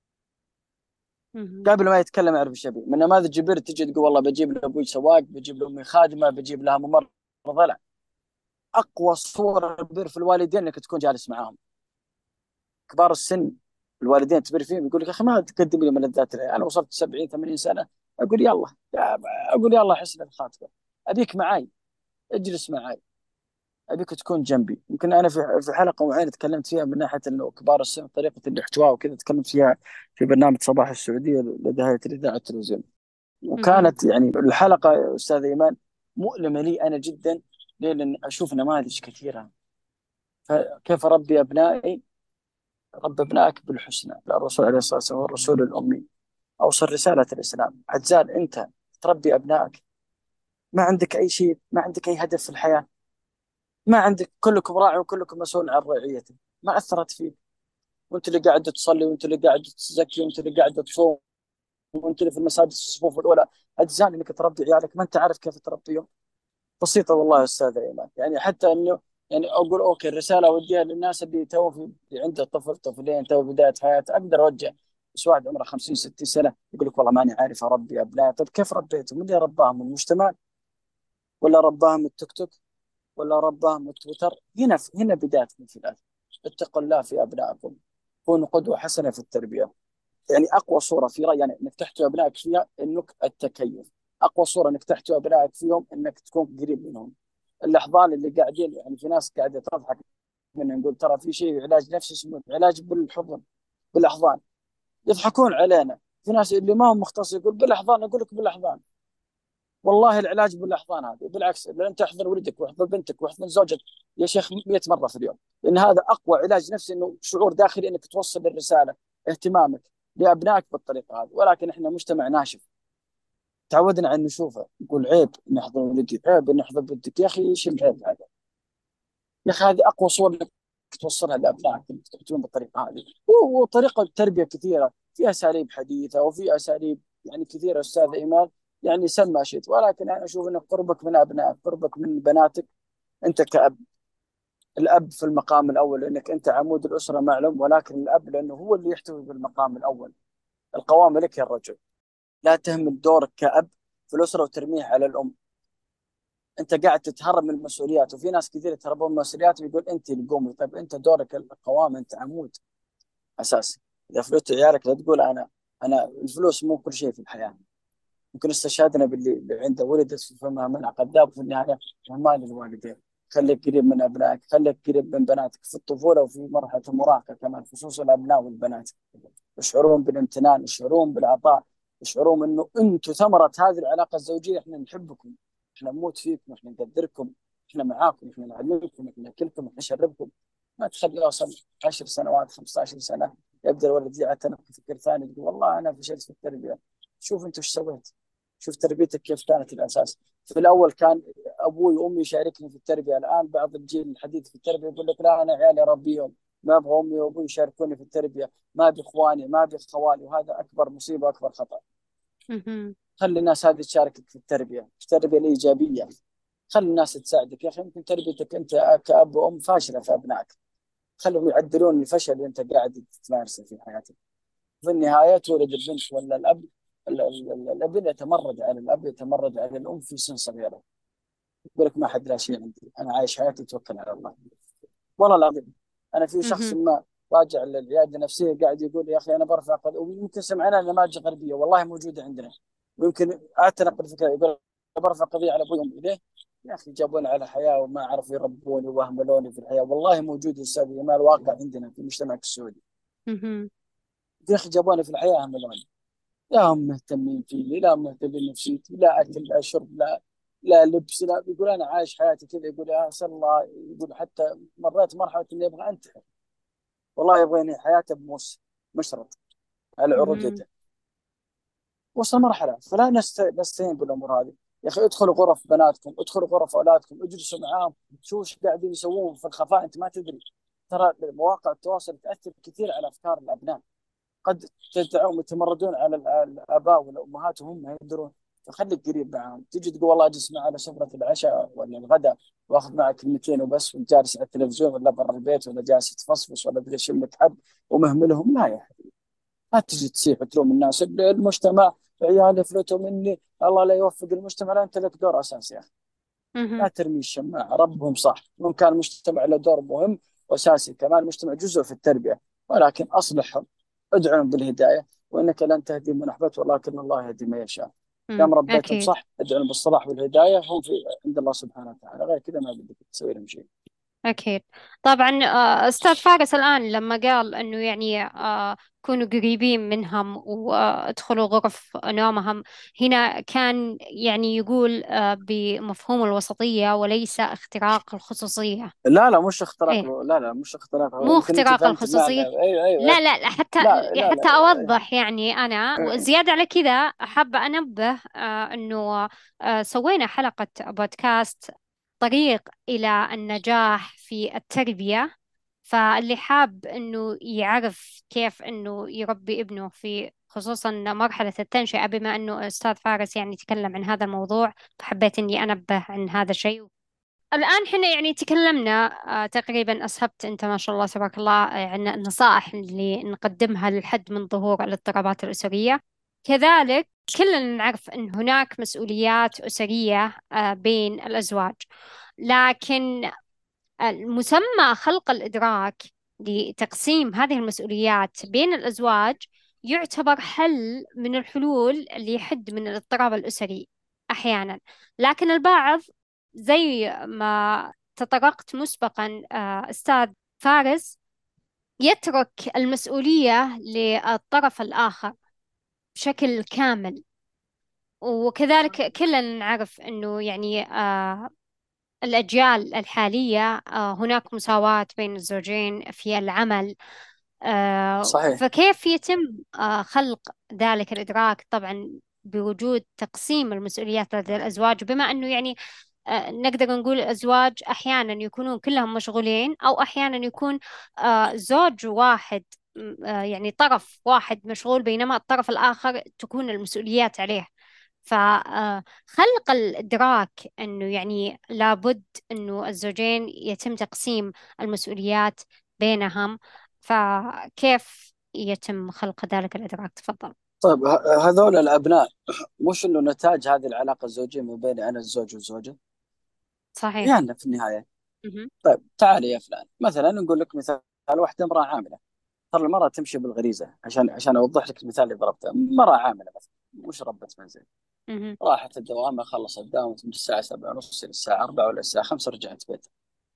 مهم. قبل ما يتكلم يعرف ايش يبي. من نماذج البر تجي تقول والله بجيب لابوي سواق، بجيب لامي خادمه، بجيب لها ممرضه. لا، اقوى صور البر في الوالدين انك تكون جالس معاهم. كبار السن الوالدين تبر فيهم يقول لك يا اخي ما تقدم لي ملذات العيال. انا وصلت 70 80 سنه اقول يلا، اقول يلا حسن الخاطر، ابيك معي، اجلس معي، ابيك تكون جنبي. يمكن انا في حلقه معينه تكلمت فيها من ناحيه انه كبار السن طريقه الاحتواء وكذا، تكلمت فيها في برنامج صباح السعوديه لدى هيئه الاذاعه والتلفزيون. مهم. وكانت يعني الحلقه يا استاذ ايمان مؤلمه لي انا جدا. ليه؟ لان اشوف نماذج كثيره. فكيف اربي ابنائي؟ رب ابنائك بالحسنى. الرسول عليه الصلاه والسلام هو الرسول الامي، اوصل رساله الاسلام. عجال انت تربي ابنائك، ما عندك اي شيء، ما عندك اي هدف في الحياه، ما عندك، كلكم راعي وكلكم مسؤول عن رعيته، ما اثرت فيك. وانت اللي قاعد تصلي، وانت اللي قاعد تزكي، وانت اللي قاعد تصوم، وانت اللي في المساجد في الصفوف الاولى. اجزاء انك تربي عيالك ما انت عارف كيف تربيهم. بسيطه والله يا استاذ ايمان. يعني حتى انه يعني اقول اوكي الرساله اوديها للناس اللي تو في عنده طفل طفلين تو بدايه حياته اقدر اوجه. بس واحد عمره 50 60 سنه يقول لك والله ماني عارف اربي ابناء. طيب كيف ربيتهم؟ من اللي رباهم؟ المجتمع؟ ولا رباهم التيك توك؟ ولا رباهم التويتر؟ هنا بدايه الانفلات. اتقوا الله في ابنائكم، كونوا قدوه حسنه في التربيه. يعني اقوى صوره في رايي يعني انك تحتوي ابنائك فيها انك التكيف. اقوى صوره انك تحتوي ابنائك فيهم انك تكون قريب منهم. الاحضان اللي قاعدين، يعني في ناس قاعده تضحك منه، نقول ترى في شيء علاج نفسي اسمه علاج بالحضن، بالاحضان. يضحكون علينا. في ناس اللي ما هم مختص يقول بالاحضان، اقول لك بالاحضان. والله العلاج بالاحضان هذه بالعكس، لان انت احضن ولدك واحضن بنتك واحضن زوجك يا شيخ 100 مره في اليوم. لان هذا اقوى علاج نفسي، انه شعور داخلي انك توصل الرساله اهتمامك لابنائك بالطريقه هذه. ولكن احنا مجتمع ناشف، تعودنا على نشوفه نقول عيب نحضن ولدي، عيب نحضن بنتك. يا اخي ايش العيب هذا؟ يا اخي هذه اقوى صور انك توصلها لابنائك، انك بالطريقه هذه. وطريقه التربيه كثيره، في اساليب حديثه وفي اساليب يعني كثير أستاذ إيمان، يعني سمى شئت، ولكن أنا أشوف أن قربك من أبنائك، قربك من بناتك، أنت كأب. الأب في المقام الأول لأنك أنت عمود الأسرة معلوم، ولكن الأب لأنه هو اللي يحتوي بالمقام الأول. القوام لك يا الرجل. لا تهمل دورك كأب في الأسرة وترميه على الأم. أنت قاعد تتهرب من المسؤوليات، وفي ناس كثير يتهربون من المسؤوليات ويقول أنت اللي قومي. طيب أنت دورك القوام، أنت عمود أساسي. إذا فلوت عيالك لا تقول أنا الفلوس مو كل شيء في الحياة. ممكن استشهدنا باللي عنده ولدت في فمها منع كذاب، في النهاية مال الوالدين. خليك قريب من أبنائك، خليك قريب من بناتك في الطفولة وفي مرحلة المراهقة كمان، خصوصا الأبناء والبنات. يشعرون بالامتنان، يشعرون بالعطاء، يشعرون انه انتم ثمره هذه العلاقه الزوجيه. احنا نحبكم، احنا نموت فيكم، احنا نقدركم، احنا معاكم، احنا نعلمكم، احنا ناكلكم، احنا نشربكم. ما تخليه يوصل 10 سنوات 15 سنه يبدا الولد يعتنق فكر ثاني، يقول والله انا فشلت في التربيه. شوف انت ايش سويت، شوف تربيتك كيف كانت الاساس. في الاول كان ابوي وامي يشاركني في التربيه، الان بعض الجيل الحديث في التربيه يقول لك لا انا عيالي اربيهم، ما ابغى امي وابوي يشاركوني في التربيه، ما باخواني، ما باخوالي، وهذا اكبر مصيبه واكبر خطا. مهم. خلي الناس هذه تشاركك في التربيه، في التربيه الايجابيه. خلي الناس تساعدك يا اخي. يمكن تربيتك انت كاب وام فاشله في ابنائك، خلهم يعدلون الفشل اللي انت قاعد تمارسه في حياتك. في النهايه تولد البنت ولا الاب، الابن يتمرد على الاب، يتمرد على الام في سن صغيره. يقول لك ما حد لا شيء عندي، انا عايش حياتي توكل على الله. والله العظيم. انا في شخص مهم. ما راجع للعياده النفسيه قاعد يقول يا اخي انا برفع قضيه، ويمكن سمعنا نماذج غربيه والله موجوده عندنا، ويمكن اعتنق الفكره. يقول برفع قضيه على ابوي وامي ليه؟ يا اخي جابوني على حياه وما عرفوا يربوني وهملوني في الحياه. والله موجود يا استاذ جمال، واقع عندنا في المجتمع السعودي. مهم. يا اخي جابوني في الحياه هملوني. لا هم مهتمين فيني، لا مهتمين نفسيتي، لا اكل لا شرب لا لبس، لا. يقول انا عايش حياتي كذا. يقول يا اسال الله، يقول حتى مريت مرحله اني ابغى انتحر. والله يبغى ينهي حياته بموس مشرط على مهم. عروقته. وصل مرحله، فلا نستهين بالامور هذه. يا اخي ادخلوا غرف بناتكم، ادخلوا غرف اولادكم، اجلسوا معاهم، شوفوا ايش قاعدين يسوون في الخفاء، انت ما تدري. ترى مواقع التواصل تاثر كثير على افكار الابناء. قد تدعون يتمردون على الاباء والامهات وهم ما يدرون. فخليك قريب معهم، تجي تقول والله اجلس معي على سفره العشاء ولا الغداء، واخذ معك كلمتين وبس، وانت جالس على التلفزيون ولا برا البيت، ولا جالس تفصفص ولا تشم لك حب ومهملهم. لا يا حبيبي، لا تجي تصيح وتلوم الناس، المجتمع، عيالي فلتوا مني، الله لا يوفق المجتمع. لا، انت لك دور اساسي يا اخي. لا مهم. ترمي الشماعه، ربهم صح، وان كان المجتمع له دور مهم واساسي كمان. المجتمع جزء في التربيه، ولكن اصلحهم، ادعهم بالهدايه. وانك لن تهدي من احببت، ولكن الله يهدي من يشاء. مم. يوم ربيتهم أكيد. صح ادعهم بالصلاح والهدايه، هم في عند الله سبحانه وتعالى. غير كذا ما بدك تسوي لهم شيء. أكيد. طبعا أستاذ فارس الآن لما قال أنه يعني كونوا قريبين منهم وادخلوا غرف نومهم، هنا كان يعني يقول بمفهوم الوسطية وليس اختراق الخصوصية. لا مش اختراق، إيه، لا مش اختراق، هو مو يمكن انت اختراق فهمت المعنى. الخصوصية. ايوه ايوه لا ايوه. لا لا، حتى لا حتى أوضح يعني أنا أيوة. وزيادة على كذا حابة أنبه أنه سوينا حلقة بودكاست طريق إلى النجاح في التربية، فاللي حاب أنه يعرف كيف أنه يربي ابنه في خصوصا مرحلة التنشئة، بما أنه أستاذ فارس يعني تكلم عن هذا الموضوع، فحبيت أني أنبه عن هذا الشيء. الآن حنا يعني تكلمنا تقريبا أسهبت أنت ما شاء الله تبارك الله عن النصائح اللي نقدمها للحد من ظهور الاضطرابات الأسرية. كذلك كلنا نعرف أن هناك مسؤوليات أسرية بين الأزواج، لكن مسمى خلق الإدراك لتقسيم هذه المسؤوليات بين الأزواج يعتبر حل من الحلول اللي يحد من الاضطراب الأسري أحيانا. لكن البعض زي ما تطرقت مسبقا أستاذ فارس يترك المسؤولية للطرف الآخر بشكل كامل. وكذلك كلنا نعرف أنه يعني الأجيال الحالية هناك مساواة بين الزوجين في العمل. صحيح. فكيف يتم خلق ذلك الإدراك؟ طبعا بوجود تقسيم المسؤوليات لدى الأزواج، بما أنه يعني نقدر نقول الأزواج أحيانا يكونون كلهم مشغولين، أو أحيانا يكون زوج واحد يعني طرف واحد مشغول بينما الطرف الآخر تكون المسؤوليات عليه. فخلق الإدراك أنه يعني لابد أنه الزوجين يتم تقسيم المسؤوليات بينهم، فكيف يتم خلق ذلك الإدراك؟ تفضل. طيب هذول الأبناء مش إنه نتاج هذه العلاقة الزوجية ما بين أنا الزوج والزوجة؟ صحيح. يعني في النهاية. مهم. طيب تعالي يا فلان، مثلا نقول لك مثال، واحدة امرأة عاملة. ترى المرأة تمشي بالغريزة، عشان أوضح لك المثال اللي ضربته. امرأة عاملة مثلا، مش ربة منزل، مهم. راحت الدوام، خلصت داومت من الساعة 7 ونص إلى الساعة 4 ولا الساعة 5، رجعت بيتها.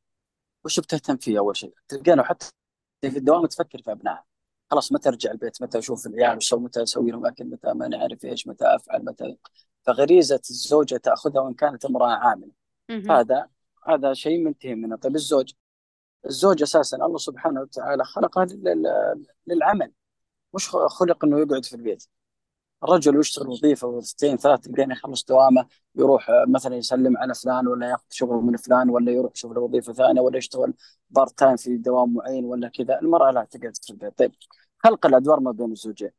وش بتهتم فيه أول شيء؟ تلقينا حتى في الدوام تفكر في أبنائها. خلاص متى أرجع البيت، متى أشوف العيال، وش متى أسوي لهم أكل، متى ما نعرف إيش، متى أفعل، متى. فغريزة الزوجة تأخذها وإن كانت امرأة عاملة. مهم. هذا شيء منتهي منه. طيب الزوج أساسا الله سبحانه وتعالى خلقه للعمل، مش خلق إنه يقعد في البيت. الرجل يشتغل وظيفة وظيفتين ثلاث، لين يخلص دوامه يروح مثلا يسلم على فلان، ولا ياخذ شغله من فلان، ولا يروح يشوف له وظيفة ثانية، ولا يشتغل بارت تايم في دوام معين ولا كذا. المرأة لا، تقعد في البيت. طيب خلق الأدوار ما بين الزوجين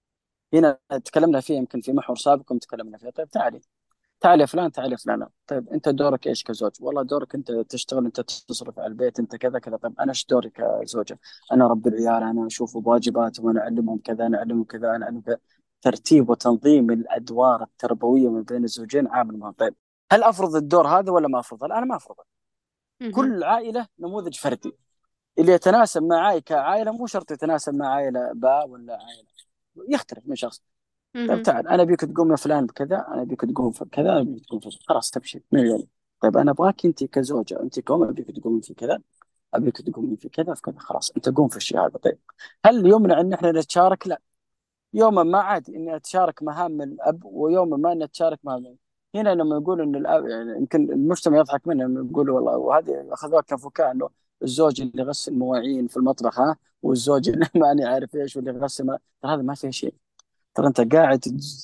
هنا تكلمنا فيه، يمكن في محور سابق تكلمنا فيه. طيب تعال يا فلان، تعال يا فلان. طيب انت دورك ايش كزوج؟ والله دورك انت تشتغل، انت تصرف على البيت، انت كذا كذا. طيب انا ايش دوري كزوجة؟ انا رب العيال، انا اشوف بواجباتهم، انا اعلمهم كذا، انا اعلمهم كذا، انا اعلمهم كذا. ترتيب وتنظيم الادوار التربويه ما بين الزوجين عامل مهم. طيب هل افرض الدور هذا ولا ما افرضه؟ لا، انا ما افرضه. مهم. كل عائله نموذج فردي، اللي يتناسب معي كعائله مو شرط يتناسب مع عائله باء ولا عائله، يختلف من شخص. طيب مهم. تعال، انا ابيك تقوم يا فلان بكذا، انا ابيك تقوم في كذا، انا ابيك تقوم في خلاص تمشي من اليوم. طيب انا ابغاك انت كزوجه، انت قوم، ابيك تقومين في كذا، ابيك تقومين في كذا في كذا. خلاص انت قوم في الشيء هذا. طيب هل يمنع ان احنا نتشارك؟ لا. يوما ما عادي اني اتشارك مهام الاب، ويوما ما اني اتشارك مهام. هنا لما يقول ان الاب، يعني يمكن المجتمع يضحك منه لما يقول والله، وهذه اخذوها كفكاهه، انه الزوج اللي يغسل مواعين في المطبخ، ها، والزوج اللي ماني عارف ايش، واللي يغسل ترى هذا ما فيه شيء. ترى انت قاعد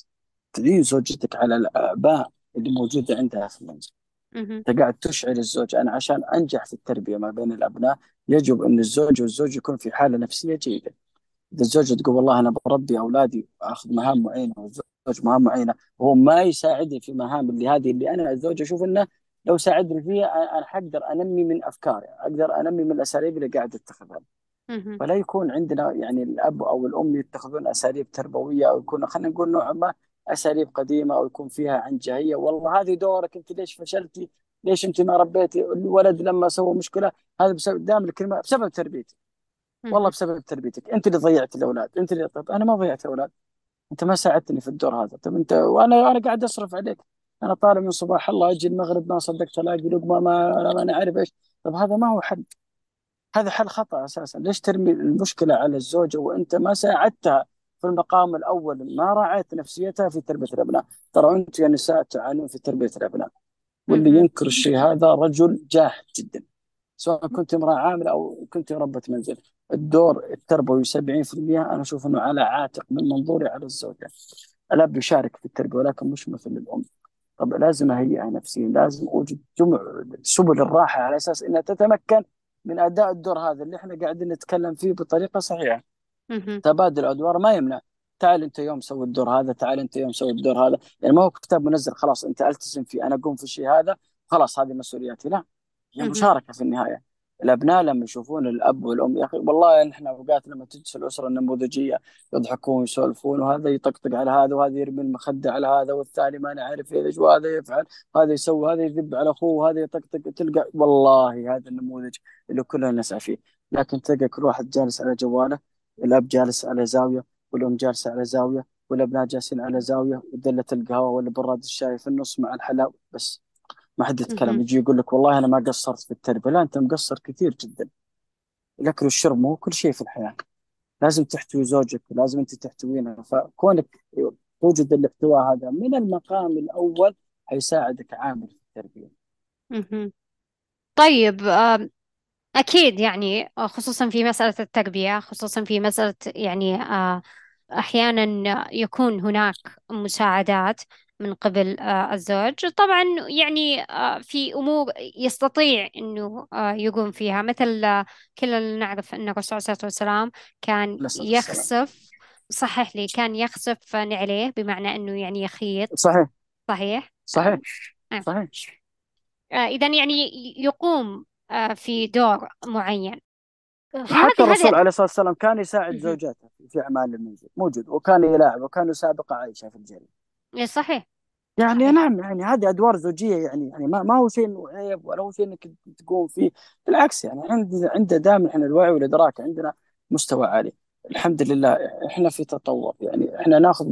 تعين زوجتك على الآباء اللي موجودة عندها في المنزل. مهم. أنت قاعد تشعر الزوج. أنا عشان أنجح في التربية ما بين الأبناء يجب أن الزوج والزوج يكون في حالة نفسية جيدة. إذا الزوجة تقول والله أنا بربي أولادي، أخذ مهام معينة، والزوج مهام معينة، وهو ما يساعدني في مهام اللي هذه اللي أنا الزوج أشوف أنه لو ساعدني فيها أنا حقدر أنمي من أفكاري، أقدر أنمي من الأساليب اللي قاعد أتخذها. مهم. فلا يكون عندنا يعني الاب او الام يتخذون اساليب تربويه، او يكون خلينا نقول نوعا ما اساليب قديمه، او يكون فيها عنجهيه. والله هذه دورك انت، ليش فشلتي؟ ليش انت ما ربيتي الولد لما سوى مشكله؟ هذا بسبب، دائما الكلمه بسبب تربيتي. والله مهم. بسبب تربيتك انت اللي ضيعت الاولاد، انت اللي. طيب انا ما ضيعت الاولاد، انت ما ساعدتني في الدور هذا. طيب انت، وانا قاعد اصرف عليك، انا طالع من صباح الله اجي المغرب ما صدقت الاقي لقمه، ما انا عارف ايش. طيب هذا ما هو حل، هذا حل خطأ أساسا. ليش ترمي المشكلة على الزوجة وأنت ما ساعدتها في المقام الأول، ما راعيت نفسيتها في تربية الأبناء؟ ترى أنت يا نساء تعانون في تربية الأبناء، واللي مهم. ينكر الشيء هذا رجل جاهل جدا، سواء كنت امرأة عاملة أو كنت ربة منزل. الدور التربوي 70% أنا أشوف أنه على عاتق من منظوري على الزوجة. الأب يشارك في التربية ولكن مش مثل الأم. طب لازم أهيئها نفسيا، لازم أوجد جمع سبل الراحة على أساس أنها تتمكن من أداء الدور هذا اللي احنا قاعدين نتكلم فيه بطريقة صحيحة. مهم. تبادل الأدوار ما يمنع. تعال أنت يوم سوي الدور هذا، تعال أنت يوم سوي الدور هذا. يعني ما هو كتاب منزل خلاص أنت ألتزم فيه، أنا أقوم في الشيء هذا خلاص هذه مسؤولياتي. لا، هي مهم. مشاركة في النهاية. الأبناء لما يشوفون الأب والأم، يا أخي والله نحن أوقات لما تجلس الأسرة النموذجية يضحكون ويسولفون، وهذا يطقطق على هذا، وهذا يرمي المخدة على هذا، والثاني ما أنا عارف إيش، وهذا يفعل، هذا يسوي، هذا يذب على أخوه، وهذا يطقطق. تلقى والله هذا النموذج اللي كلنا نسعى فيه. لكن تلقى كل واحد جالس على جواله، الأب جالس على زاوية، والأم جالسة على زاوية، والأبناء جالسين على زاوية، ودلة القهوة ولا براد الشاي في النص مع الحلاوة بس. ما حد يتكلم. مهم. يجي يقول لك والله انا ما قصرت في التربيه. لا، انت مقصر كثير جدا. الاكل والشرب مو كل شيء في الحياه. لازم تحتوي زوجك، لازم انت تحتوينها. فكونك توجد الاحتواء هذا من المقام الاول حيساعدك عامل في التربيه. مهم. طيب، أكيد يعني خصوصا في مسألة التربية، خصوصا في مسألة يعني أحيانا يكون هناك مساعدات من قبل الزوج. طبعا يعني في أمور يستطيع أنه يقوم فيها، مثل كلنا نعرف أن الرسول صلى الله عليه وسلم كان عليه الصلاة والسلام. يخسف. صحح لي، كان يخسف نعليه، بمعنى أنه يعني يخيط. صحيح. صحيح. صحيح. آه. صحيح. إذا يعني يقوم في دور معين. وحتى هذه. الرسول عليه الصلاة والسلام كان يساعد مهم. زوجاته في أعمال المنزل، موجود، وكان يلاعب وكان يسابق عائشة في الجنة. إيه، صحيح. يعني صحيح. نعم، يعني هذه أدوار زوجية، يعني ما هو شيء إنه عيب ولا هو شيء إنك تقوم فيه. بالعكس، يعني عند دائما إحنا الوعي والإدراك عندنا مستوى عالي. الحمد لله. إحنا في تطور، يعني إحنا ناخذ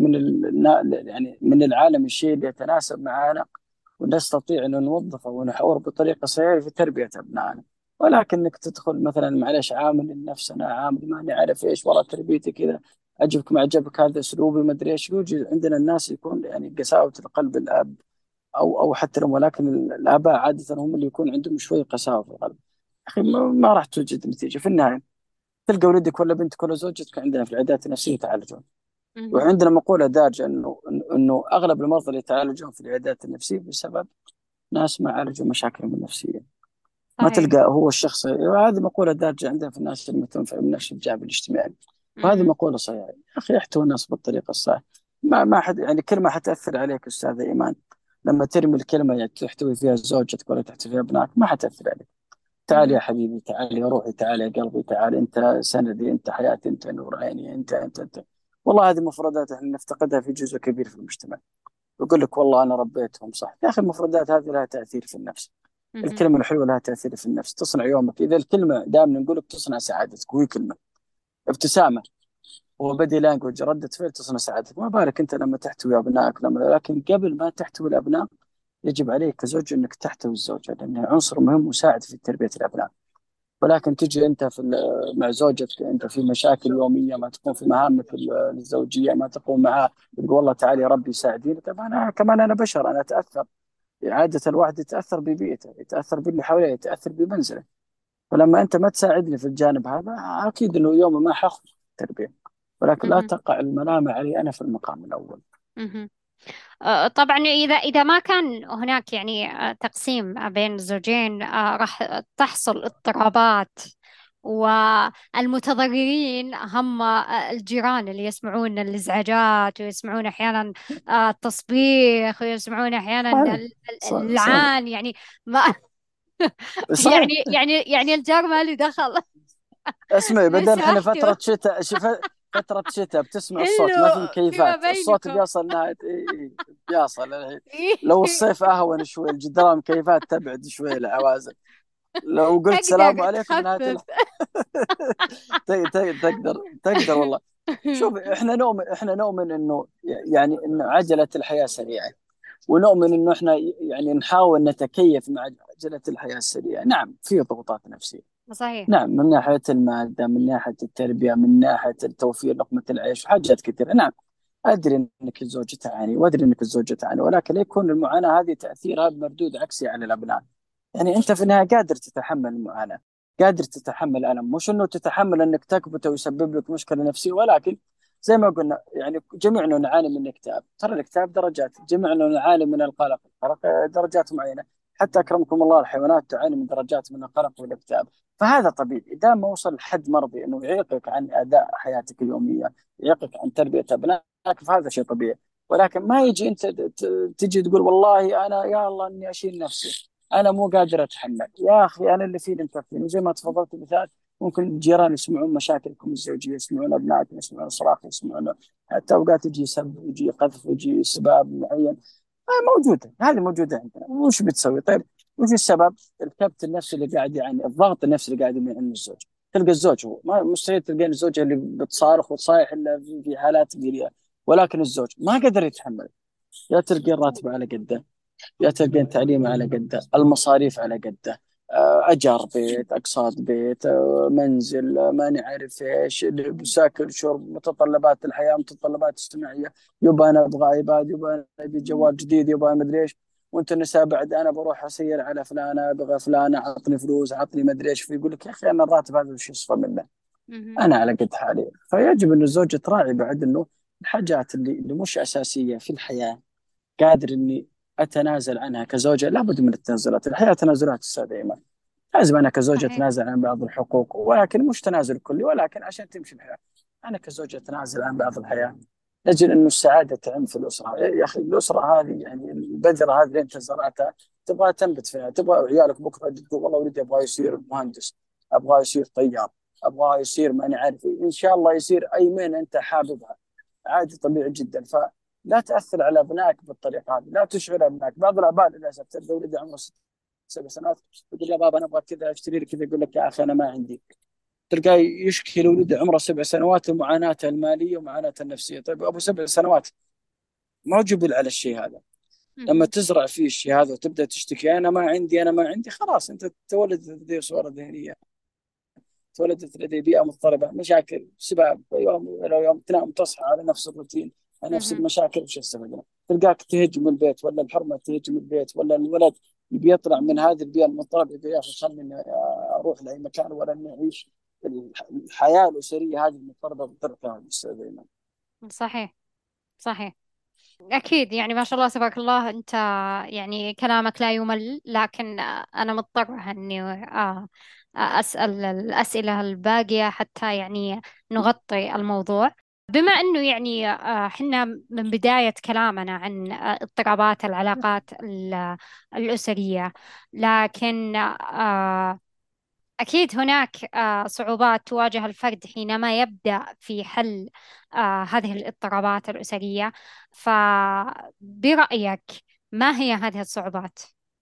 يعني من العالم الشيء اللي يتناسب معنا، ونستطيع أن نوظفه ونحوره بطريقة صحيحة في تربية أبنائنا. ولكن إنك تدخل مثلا، معلش، عامل النفس، أنا عامل ما نعرف إيش، والله تربيتي كذا، عجبك ما عجبك، هذا أسلوبي، ما أدري إيش. يوجد عندنا الناس يكون يعني قساوة القلب الأب أو حتى الأم، ولكن الآباء عادة هم اللي يكون عندهم شوي قساوة في القلب. أخي، ما راح توجد نتيجة في النهاية. تلقى ولدك ولا بنتك ولا زوجتك عندنا في العيادات النفسية يتعالجون. مهم. وعندنا مقولة دارجة إنه أغلب المرضى اللي يتعالجون في العيادات النفسية بسبب ناس ما عالجوا مشاكلهم النفسية. ما صحيح. تلقى هو الشخص، هذه مقولة دارجة عندنا في الناس المتنفع من نشر الجانب الاجتماعي. وهذه مهم. مقولة صحيحة يا أخي، يحتوي الناس بالطريقة الصحيحة. ما حد، يعني كلمة حتأثر عليك أستاذ إيمان، لما ترمي الكلمة يعني تحتوي فيها زوجتك ولا تحتوي فيها ابنائك، ما حتأثر عليك. تعال يا مهم. حبيبي، تعال يا روحي، تعال يا قلبي، تعال، أنت سندي، أنت حياتي، أنت نور عيني، أنت. والله هذه مفردات احنا نفتقدها في جزء كبير في المجتمع. يقول لك والله أنا ربيتهم صح. يا أخي، المفردات هذه لها تأثير في النفس. مهم. الكلمة الحلوة لها تأثير في النفس، تصنع يومك. إذا الكلمة دائما نقول لك تصنع سعادتك، وهي كلمة ابتسامة، هو بدي لانجوج، ردة فعل تصنع سعادتك. ما بالك أنت لما تحتوي أبنائك. لكن قبل ما تحتوي الأبناء، يجب عليك كزوج أنك تحتوي الزوجة، لأنها عنصر مهم مساعد في تربية الأبناء. ولكن تجي أنت مع زوجتك، أنت في مشاكل يومية، ما تقوم في مهامك الزوجية، ما تقوم معها، تقول والله تعالي يا ربي ساعديني. طبعا أنا كمان أنا بشر، أنا أتأثر. عادة الواحد يتأثر ببيئته، يتأثر باللي حواليه، يتأثر بمنزله. فلما أنت ما تساعدني في الجانب هذا، أكيد أنه يوم ما حاخذ التربية. ولكن لا مهم. تقع الملامة علي أنا في المقام الأول. مهم. طبعا إذا ما كان هناك يعني تقسيم بين الزوجين، راح تحصل اضطرابات، والمتضررين هم الجيران اللي يسمعون الازعاجات، ويسمعون أحيانا التصبيح، ويسمعون أحيانا صحيح. صحيح. اللعان يعني. ما صحيح. يعني الجار ما له دخل. اسمعي، لو بدل احنا سمحتوا، فترة شتاء، فترة شتاء بتسمع الصوت، ما في حلوا فيما مكيفات، الصوت بينكم. بيصل نهاية بيصل الحين. لو الصيف أهون شوي، الجدران مكيفات تبعد شوي العوازل. لو قلت سلام تقدر عليكم نهاية تخفف. تقدر والله. شوف، احنا نؤمن انه، يعني انه عجلة الحياة سريعة، ونؤمن انه احنا يعني نحاول نتكيف مع عجلة الحياة السريعة. نعم، في ضغوطات نفسية. صحيح. نعم، من ناحية المادة، من ناحية التربية، من ناحية توفير لقمة العيش، حاجات كثيرة. نعم، أدري أنك الزوجة تعاني، وأدري أنك الزوجة تعاني، ولكن لا يكون المعاناة هذه تأثيرها بمردود عكسي على الأبناء. يعني أنت في النهاية قادر تتحمل المعاناة، قادر تتحمل الألم، مش أنه تتحمل أنك تكبت ويسبب لك مشكلة نفسية. ولكن زي ما قلنا، يعني جميعنا نعاني من الاكتئاب، ترى الاكتئاب درجات. جميعنا نعاني من القلق درجات معينة. حتى أكرمكم الله، الحيوانات تعاني من درجات من القلق والاكتئاب. فهذا طبيعي، إذا ما وصل لحد مرضي أنه يعيقك عن أداء حياتك اليومية، يعيقك عن تربية أبنائك، فهذا شيء طبيعي. ولكن ما يجي أنت تجي تقول والله أنا يا الله إني أشيل نفسي، أنا مو قادر أتحمل. يا أخي، أنا اللي فيني مكفيني. زي ما تفضلت مثال، ممكن الجيران يسمعون مشاكلكم الزوجية، يسمعون أبنائكم، يسمعون صراخ، يسمعون حتى أوقات يجي سب، يجي قذف، يجي سباب معين. موجودة، هذه موجودة عندنا. وش بتسوي طيب؟ وش السبب؟ الكبت النفسي اللي قاعد يعاني، الضغط النفسي اللي قاعد يعاني من الزوج. تلقى الزوج هو ما مستحيل تلقين الزوجة اللي بتصارخ وتصايح إلا في حالات قليلة، ولكن الزوج ما قدر يتحمل. يا تلقين راتب على قده، يا تلقين تعليم على قده، المصاريف على قده، أجار بيت، أقساط بيت، منزل، ما نعرف إيش، ساكن، شرب، متطلبات الحياة، متطلبات اجتماعية. يبقى أنا أبغى ايباد، يبقى أنا أبي جوال جديد، يبقى مدري إيش. وأنت النساء بعد، أنا بروح أسير على فلانة، أبغى فلانة، عطني فلوس، عطني مدري إيش. فيقول لك يا أخي، أنا الراتب هذا وش يصفى منه؟ مهم. أنا على قد حالي. فيجب أن الزوجة تراعي بعد أنه الحاجات اللي مش أساسية في الحياة، قادر إني أتنازل عنها كزوجة. لابد من التنازلات، الحياة تنازلات أستاذ إيمان. لازم أنا كزوجة صحيح. أتنازل عن بعض الحقوق، ولكن مش تنازل كلي، ولكن عشان تمشي الحياة أنا كزوجة أتنازل عن بعض الحياة لأجل أنه السعادة تعم في الأسرة. يا أخي الأسرة هذه يعني البذرة هذه اللي أنت زرعتها تبغى تنبت فيها، تبغى عيالك بكرة تقول والله ولدي أبغى يصير مهندس، أبغى يصير طيار، أبغى يصير ماني عارف إيه. إن شاء الله يصير أي مهنة أنت حاببها، عادي طبيعي جدا. فلا تأثر على أبنائك بالطريقة هذه، لا تشعر أبنائك. بعض الآباء للأسف تلقى ولدي عمره 7 سنوات يقول يا بابا انا ابغى كذا اشتري لي كذا، يقول لك يا اخي انا ما عندي. تلقاه يشكي لولده عمره 7 سنوات ومعاناته الماليه ومعاناته النفسيه. طيب ابو 7 سنوات ما جبل على الشيء هذا. لما مهم. تزرع فيه الشيء هذا وتبدا تشتكي انا ما عندي انا ما عندي، خلاص انت تولدت لديه صوره ذهنيه، تولدت لديه بيئه مضطربه، مشاكل سباب يوم ولو يوم، تنام تصحى على نفس الروتين، على نفس مهم. المشاكل. وش استفدنا؟ تلقاك تهجم البيت، ولا الحرمه تهجم البيت، ولا الولد يبي يطلع من هذه البيئه المضطربه يقول يا اخي خليني اروح لاي مكان، ولا اني اعيش الحياه الاسريه هذه المضطربه بالطريقه هذه استاذ ايمن. صحيح. صحيح. أكيد يعني ما شاء الله تبارك الله أنت، يعني كلامك لا يمل، لكن أنا مضطرة إني أسأل الأسئلة الباقية حتى يعني نغطي الموضوع. بما أنه يعني حنا من بداية كلامنا عن اضطرابات العلاقات الأسرية، لكن أكيد هناك صعوبات تواجه الفرد حينما يبدأ في حل هذه الاضطرابات الأسرية. فبرأيك ما هي هذه الصعوبات؟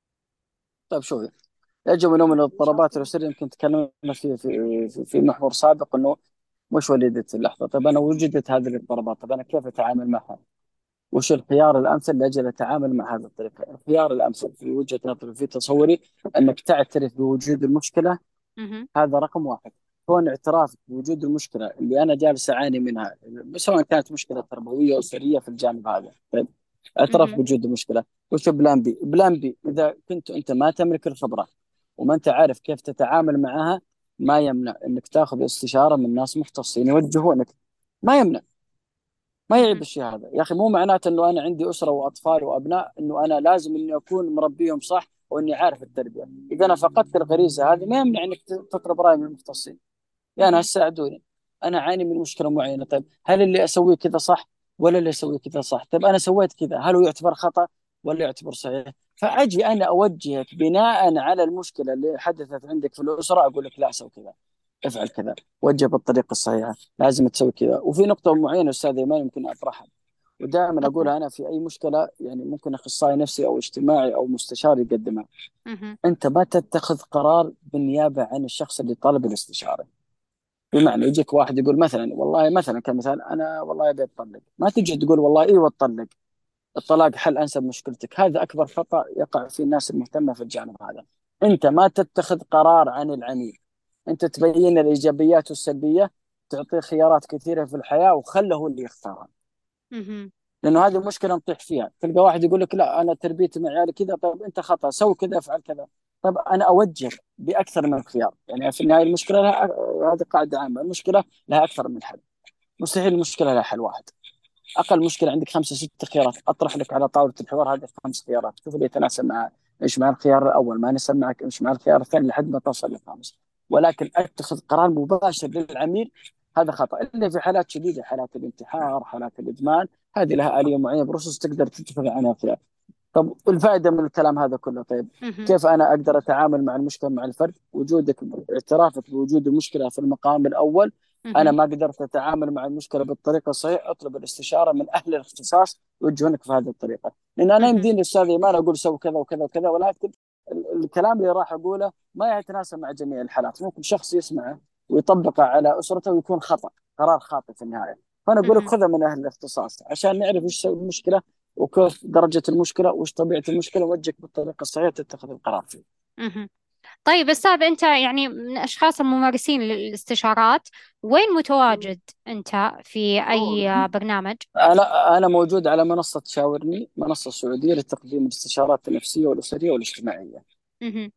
طيب شوفي، يجب انه من الاضطرابات الاسريه يمكن تكلمنا في محور سابق انه مش وليده اللحظه. طيب انا وجدت هذه الاضطرابات، طيب انا كيف اتعامل معها؟ وش الخيار الامثل لاجل التعامل مع هذه الطريقه؟ الخيار الامثل في وجهه نظري في تصوري انك تعترف بوجود المشكله. مهم. هذا رقم واحد. كون اعترافك بوجود المشكله اللي انا جالس اعاني منها، سواء كانت مشكله تربويه او اسريه في الجانب هذا، طيب اعتراف مهم. بوجود المشكله. وش بلان بي؟ بلان بي اذا كنت انت ما تملك الخبره وما انت عارف كيف تتعامل معها، ما يمنع انك تاخذ استشاره من ناس مختصين يوجهونك. ما يمنع، ما يعيب مهم. الشيء هذا يا اخي. مو معناته انه انا عندي اسره واطفال وابناء انه انا لازم اني اكون مربيهم صح واني عارف التربيه. اذا انا فقدت الغريزه هذه ما يمنع انك تطلب راي من المختصين. يا مهم. ناس ساعدوني، انا اعاني من مشكله معينه. طيب هل اللي اسويه كذا صح ولا اللي اسويه كذا صح؟ طيب انا سويت كذا، هل هو يعتبر خطا ولا يعتبر صحيح؟ فاجي انا اوجهك بناء على المشكله اللي حدثت عندك في الاسره، اقول لك لا سوي كذا، افعل كذا، وجه بالطريقه الصحيحه، لازم تسوي كذا. وفي نقطه معينه استاذ ايمان يمكن اطرحها ودائما تفضل. اقولها انا في اي مشكله، يعني ممكن اخصائي نفسي او اجتماعي او مستشار يقدمها. مهم. انت ما تتخذ قرار بالنيابه عن الشخص اللي طالب الاستشاره. بمعنى يجيك واحد يقول مثلا والله، مثلا كمثال انا والله ابي اتطلق، ما تجي تقول والله ايوه اتطلق، الطلاق حل انسب مشكلتك. هذا اكبر خطا يقع فيه الناس المهتمه في الجانب هذا. انت ما تتخذ قرار عن العميل، انت تبين الايجابيات والسلبيه، تعطيه خيارات كثيره في الحياه وخله هو اللي يختارها. مهم. لانه هذه المشكله نطيح فيها. تلقى واحد يقول لك لا انا تربيتي مع عيالي كذا، طيب انت خطا، سوي كذا، افعل كذا. طيب انا اوجه باكثر من خيار، يعني في النهايه المشكله لها، هذه قاعده عامه، المشكله لها اكثر من حل. مستحيل المشكله لها حل واحد. اقل مشكله عندك 5 6 خيارات، اطرح لك على طاوله الحوار هذه 5 خيارات، شوف اللي يتناسب مع ايش مع الخيار الاول، ما يناسب معك ايش مع الخيار الثاني، لحد ما توصل للخامس. ولكن اتخذ قرار مباشر للعميل هذا خطا، الا في حالات شديده، حالات الانتحار، حالات الادمان، هذه لها اليه معينه بروسس تقدر تتخذ عنها خيار. طب الفائده من الكلام هذا كله، طيب مهم. كيف انا اقدر اتعامل مع المشكله مع الفرد؟ وجودك، اعترافك بوجود المشكله في المقام الاول. انا مهم. ما قدرت اتعامل مع المشكله بالطريقه الصحيحه، اطلب الاستشاره من اهل الاختصاص يوجهونك في هذه الطريقه. لان انا مهم. يمديني استاذ ما اقول سوي كذا وكذا وكذا، ولكن الكلام اللي راح اقوله ما يتناسب مع جميع الحالات. ممكن شخص يسمعه ويطبقه على اسرته ويكون خطا، قرار خاطئ في النهايه. فانا اقول لك مهم. خذها من اهل الاختصاص عشان نعرف ايش سبب المشكله وكيف درجه المشكله وايش طبيعه المشكله، ووجهك بالطريقه الصحيحه تتخذ القرار فيه. مهم. طيب أستاذ، أنت يعني من الأشخاص الممارسين للاستشارات، وين متواجد أنت في أي برنامج؟ انا موجود على منصه شاورني، منصه سعوديه لتقديم الاستشارات النفسيه والاسريه والاجتماعيه. مهم.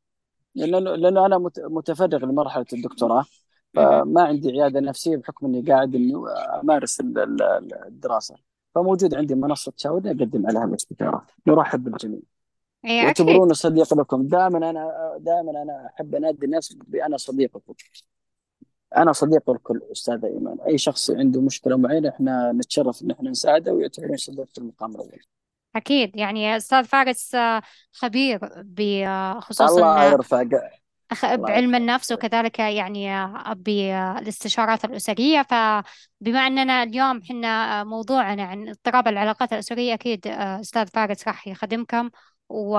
لانه انا متفرغ لمرحله الدكتوراه، مهم. فما عندي عياده نفسيه بحكم اني قاعد اني امارس الدراسه. فموجود عندي منصة شاورني أقدم عليها الاستشارات. نرحب بالجميع إيه أكيد. واعتبروني صديق لكم. دائما أنا أحب أنادي الناس بأنا صديقكم. أنا صديق الكل أستاذ إيمان. أي شخص عنده مشكلة معينة إحنا نتشرف إن إحنا نساعده ويعتبرون صديق في المقام الأول. أكيد يعني أستاذ فارس خبير الله بخصوصا يرفع الله بعلم يرفع. النفس، وكذلك يعني بالاستشارات الأسرية. فبما أننا اليوم حنا موضوعنا عن اضطراب العلاقات الأسرية، أكيد أستاذ فارس راح يخدمكم. و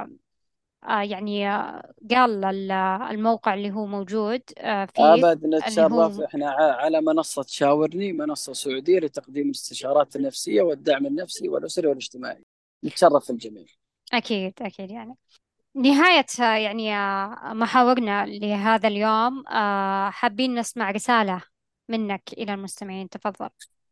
يعني قال الموقع اللي هو موجود فيه أبد اللي نتشرف. هو إحنا على منصة شاورني، منصة سعودية لتقديم الاستشارات النفسية والدعم النفسي والأسري والاجتماعي. نتشرف الجميع. أكيد أكيد. يعني نهاية يعني محاورنا لهذا اليوم، حابين نسمع رسالة منك إلى المستمعين، تفضل.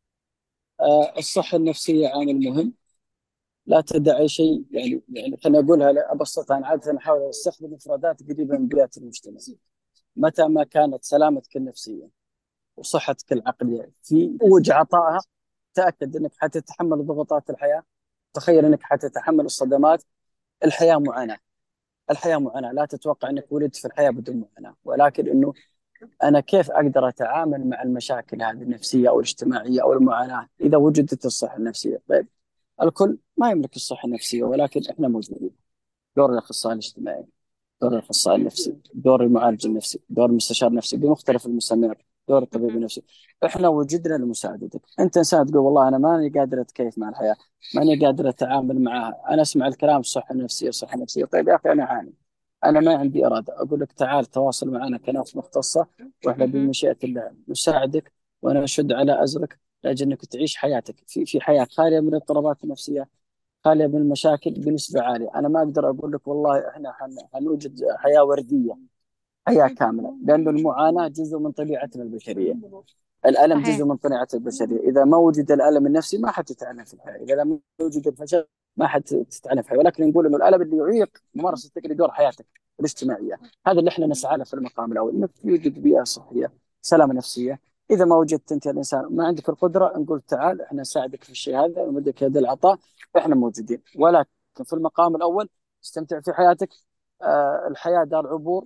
الصحة النفسية عامل مهم. لا تدع أي شيء، يعني خليني أقولها أبسطها. أنا عادة أحاول أستخدم مفردات قريبة من بيئة المجتمع. متى ما كانت سلامتك النفسية وصحتك العقلية في أوج عطائها، تأكد أنك حتتحمل ضغوطات الحياة. تخيل أنك حتتحمل الصدمات. الحياة معاناة. الحياة معاناة. لا تتوقع أنك ولدت في الحياة بدون معاناة، ولكن أنه أنا كيف أقدر أتعامل مع المشاكل هذه النفسية أو الاجتماعية أو المعاناة إذا وجدت الصحة النفسية. طيب، الكل ما يملك الصحة النفسية، ولكن إحنا موجودين. دور الأخصائي الاجتماعي، دور الاخصائي النفسي، دور المعالج النفسي، دور المستشار النفسي بمختلف المسميات، دور الطبيب مهم. النفسي. احنا وجدنا لمساعدتك. انت انسان تقول والله انا ماني قادر اتكيف مع الحياه، ماني قادر اتعامل معها، انا اسمع الكلام الصحه النفسيه الصحه النفسيه. طيب يا اخي انا اعاني، انا ما عندي اراده. اقول لك تعال تواصل معنا كناس مختصه، واحنا مهم. بمشيئه الله نساعدك ونشد على ازرك لاجل انك تعيش حياتك في حياه خاليه من الاضطرابات النفسيه، خالية من المشاكل بنسبة عالية. أنا ما أقدر أقول لك والله إحنا حنوجد حياة وردية، حياة كاملة، مهم. لأن المعاناة جزء من طبيعتنا البشرية. الألم صحيح. جزء من طبيعة البشرية. إذا ما وجد الألم النفسي ما حتتعلم في الحياة. إذا لم يوجد الفشل ما حتتعلم في الحياة. ولكن نقول إنه الألم اللي يعيق ممارستك لدور حياتك الاجتماعية، هذا اللي إحنا نسعى له في المقام الأول، إنك يوجد بيئة صحية، سلامة نفسية. إذا ما وجدت أنت الإنسان ما عندك القدرة، نقول تعال إحنا نساعدك في الشيء هذا ونمدك يد العطاء. إحنا موجودين. ولكن في المقام الأول استمتع في حياتك. الحياة دار عبور.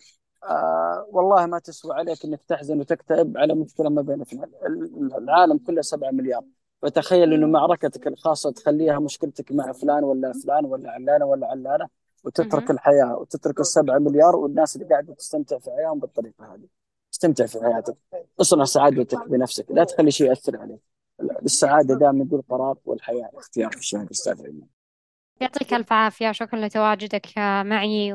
والله ما تسوى عليك انك تحزن وتكتئب على مشكله ما بين اثنين. العالم كله 7 مليار. فتخيل انه معركتك الخاصه تخليها مشكلتك مع فلان ولا فلان ولا علانه ولا علانه، وتترك مهم. الحياه وتترك السبعة مليار والناس اللي قاعده تستمتع في حياتهم بالطريقه هذه. استمتع في حياتك. اصنع سعادتك بنفسك، لا تخلي شيء ياثر عليك. السعاده دائما نقول قرار، والحياه اختيار في الشهاده استاذ عيمان. يعطيك ألف عافية، شكرا لتواجدك معي،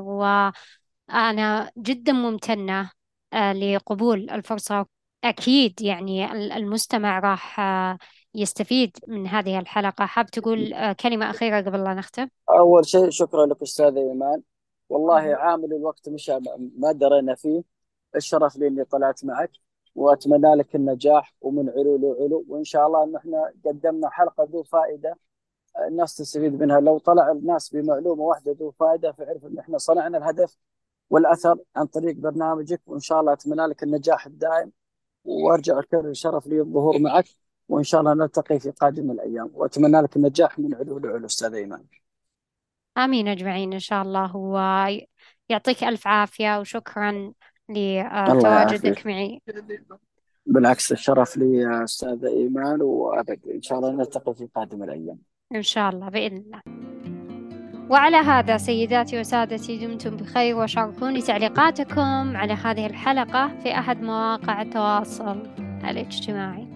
وأنا جدا ممتنة لقبول الفرصة. أكيد يعني المستمع راح يستفيد من هذه الحلقة. حاب تقول كلمة أخيرة قبل لا نختم؟ أول شيء شكرا لك أستاذ إيمان. والله مهم. عامل الوقت مشى ما درينا فيه. الشرف لي إني طلعت معك، وأتمنى لك النجاح ومن علو لعلو. وإن شاء الله إن إحنا قدمنا حلقة ذو فائدة الناس تستفيد منها. لو طلع الناس بمعلومة واحدة ذو فائدة فعرف إن إحنا صنعنا الهدف والأثر عن طريق برنامجك. وإن شاء الله أتمنى لك النجاح الدائم، وأرجع أكرر الشرف لي الظهور معك. وإن شاء الله نلتقي في قادم الأيام، وأتمنى لك النجاح من علو لعلو أستاذ إيمان. آمين أجمعين إن شاء الله. ويعطيك ألف عافية، وشكرا الله يعافيك. لتواجدك معي. بالعكس الشرف لي يا أستاذ إيمان، وأبد إن شاء الله نلتقي في قادم الأيام. إن شاء الله بإذن الله. وعلى هذا سيداتي وسادتي، دمتم بخير، وشاركوني تعليقاتكم على هذه الحلقة في أحد مواقع التواصل الاجتماعي.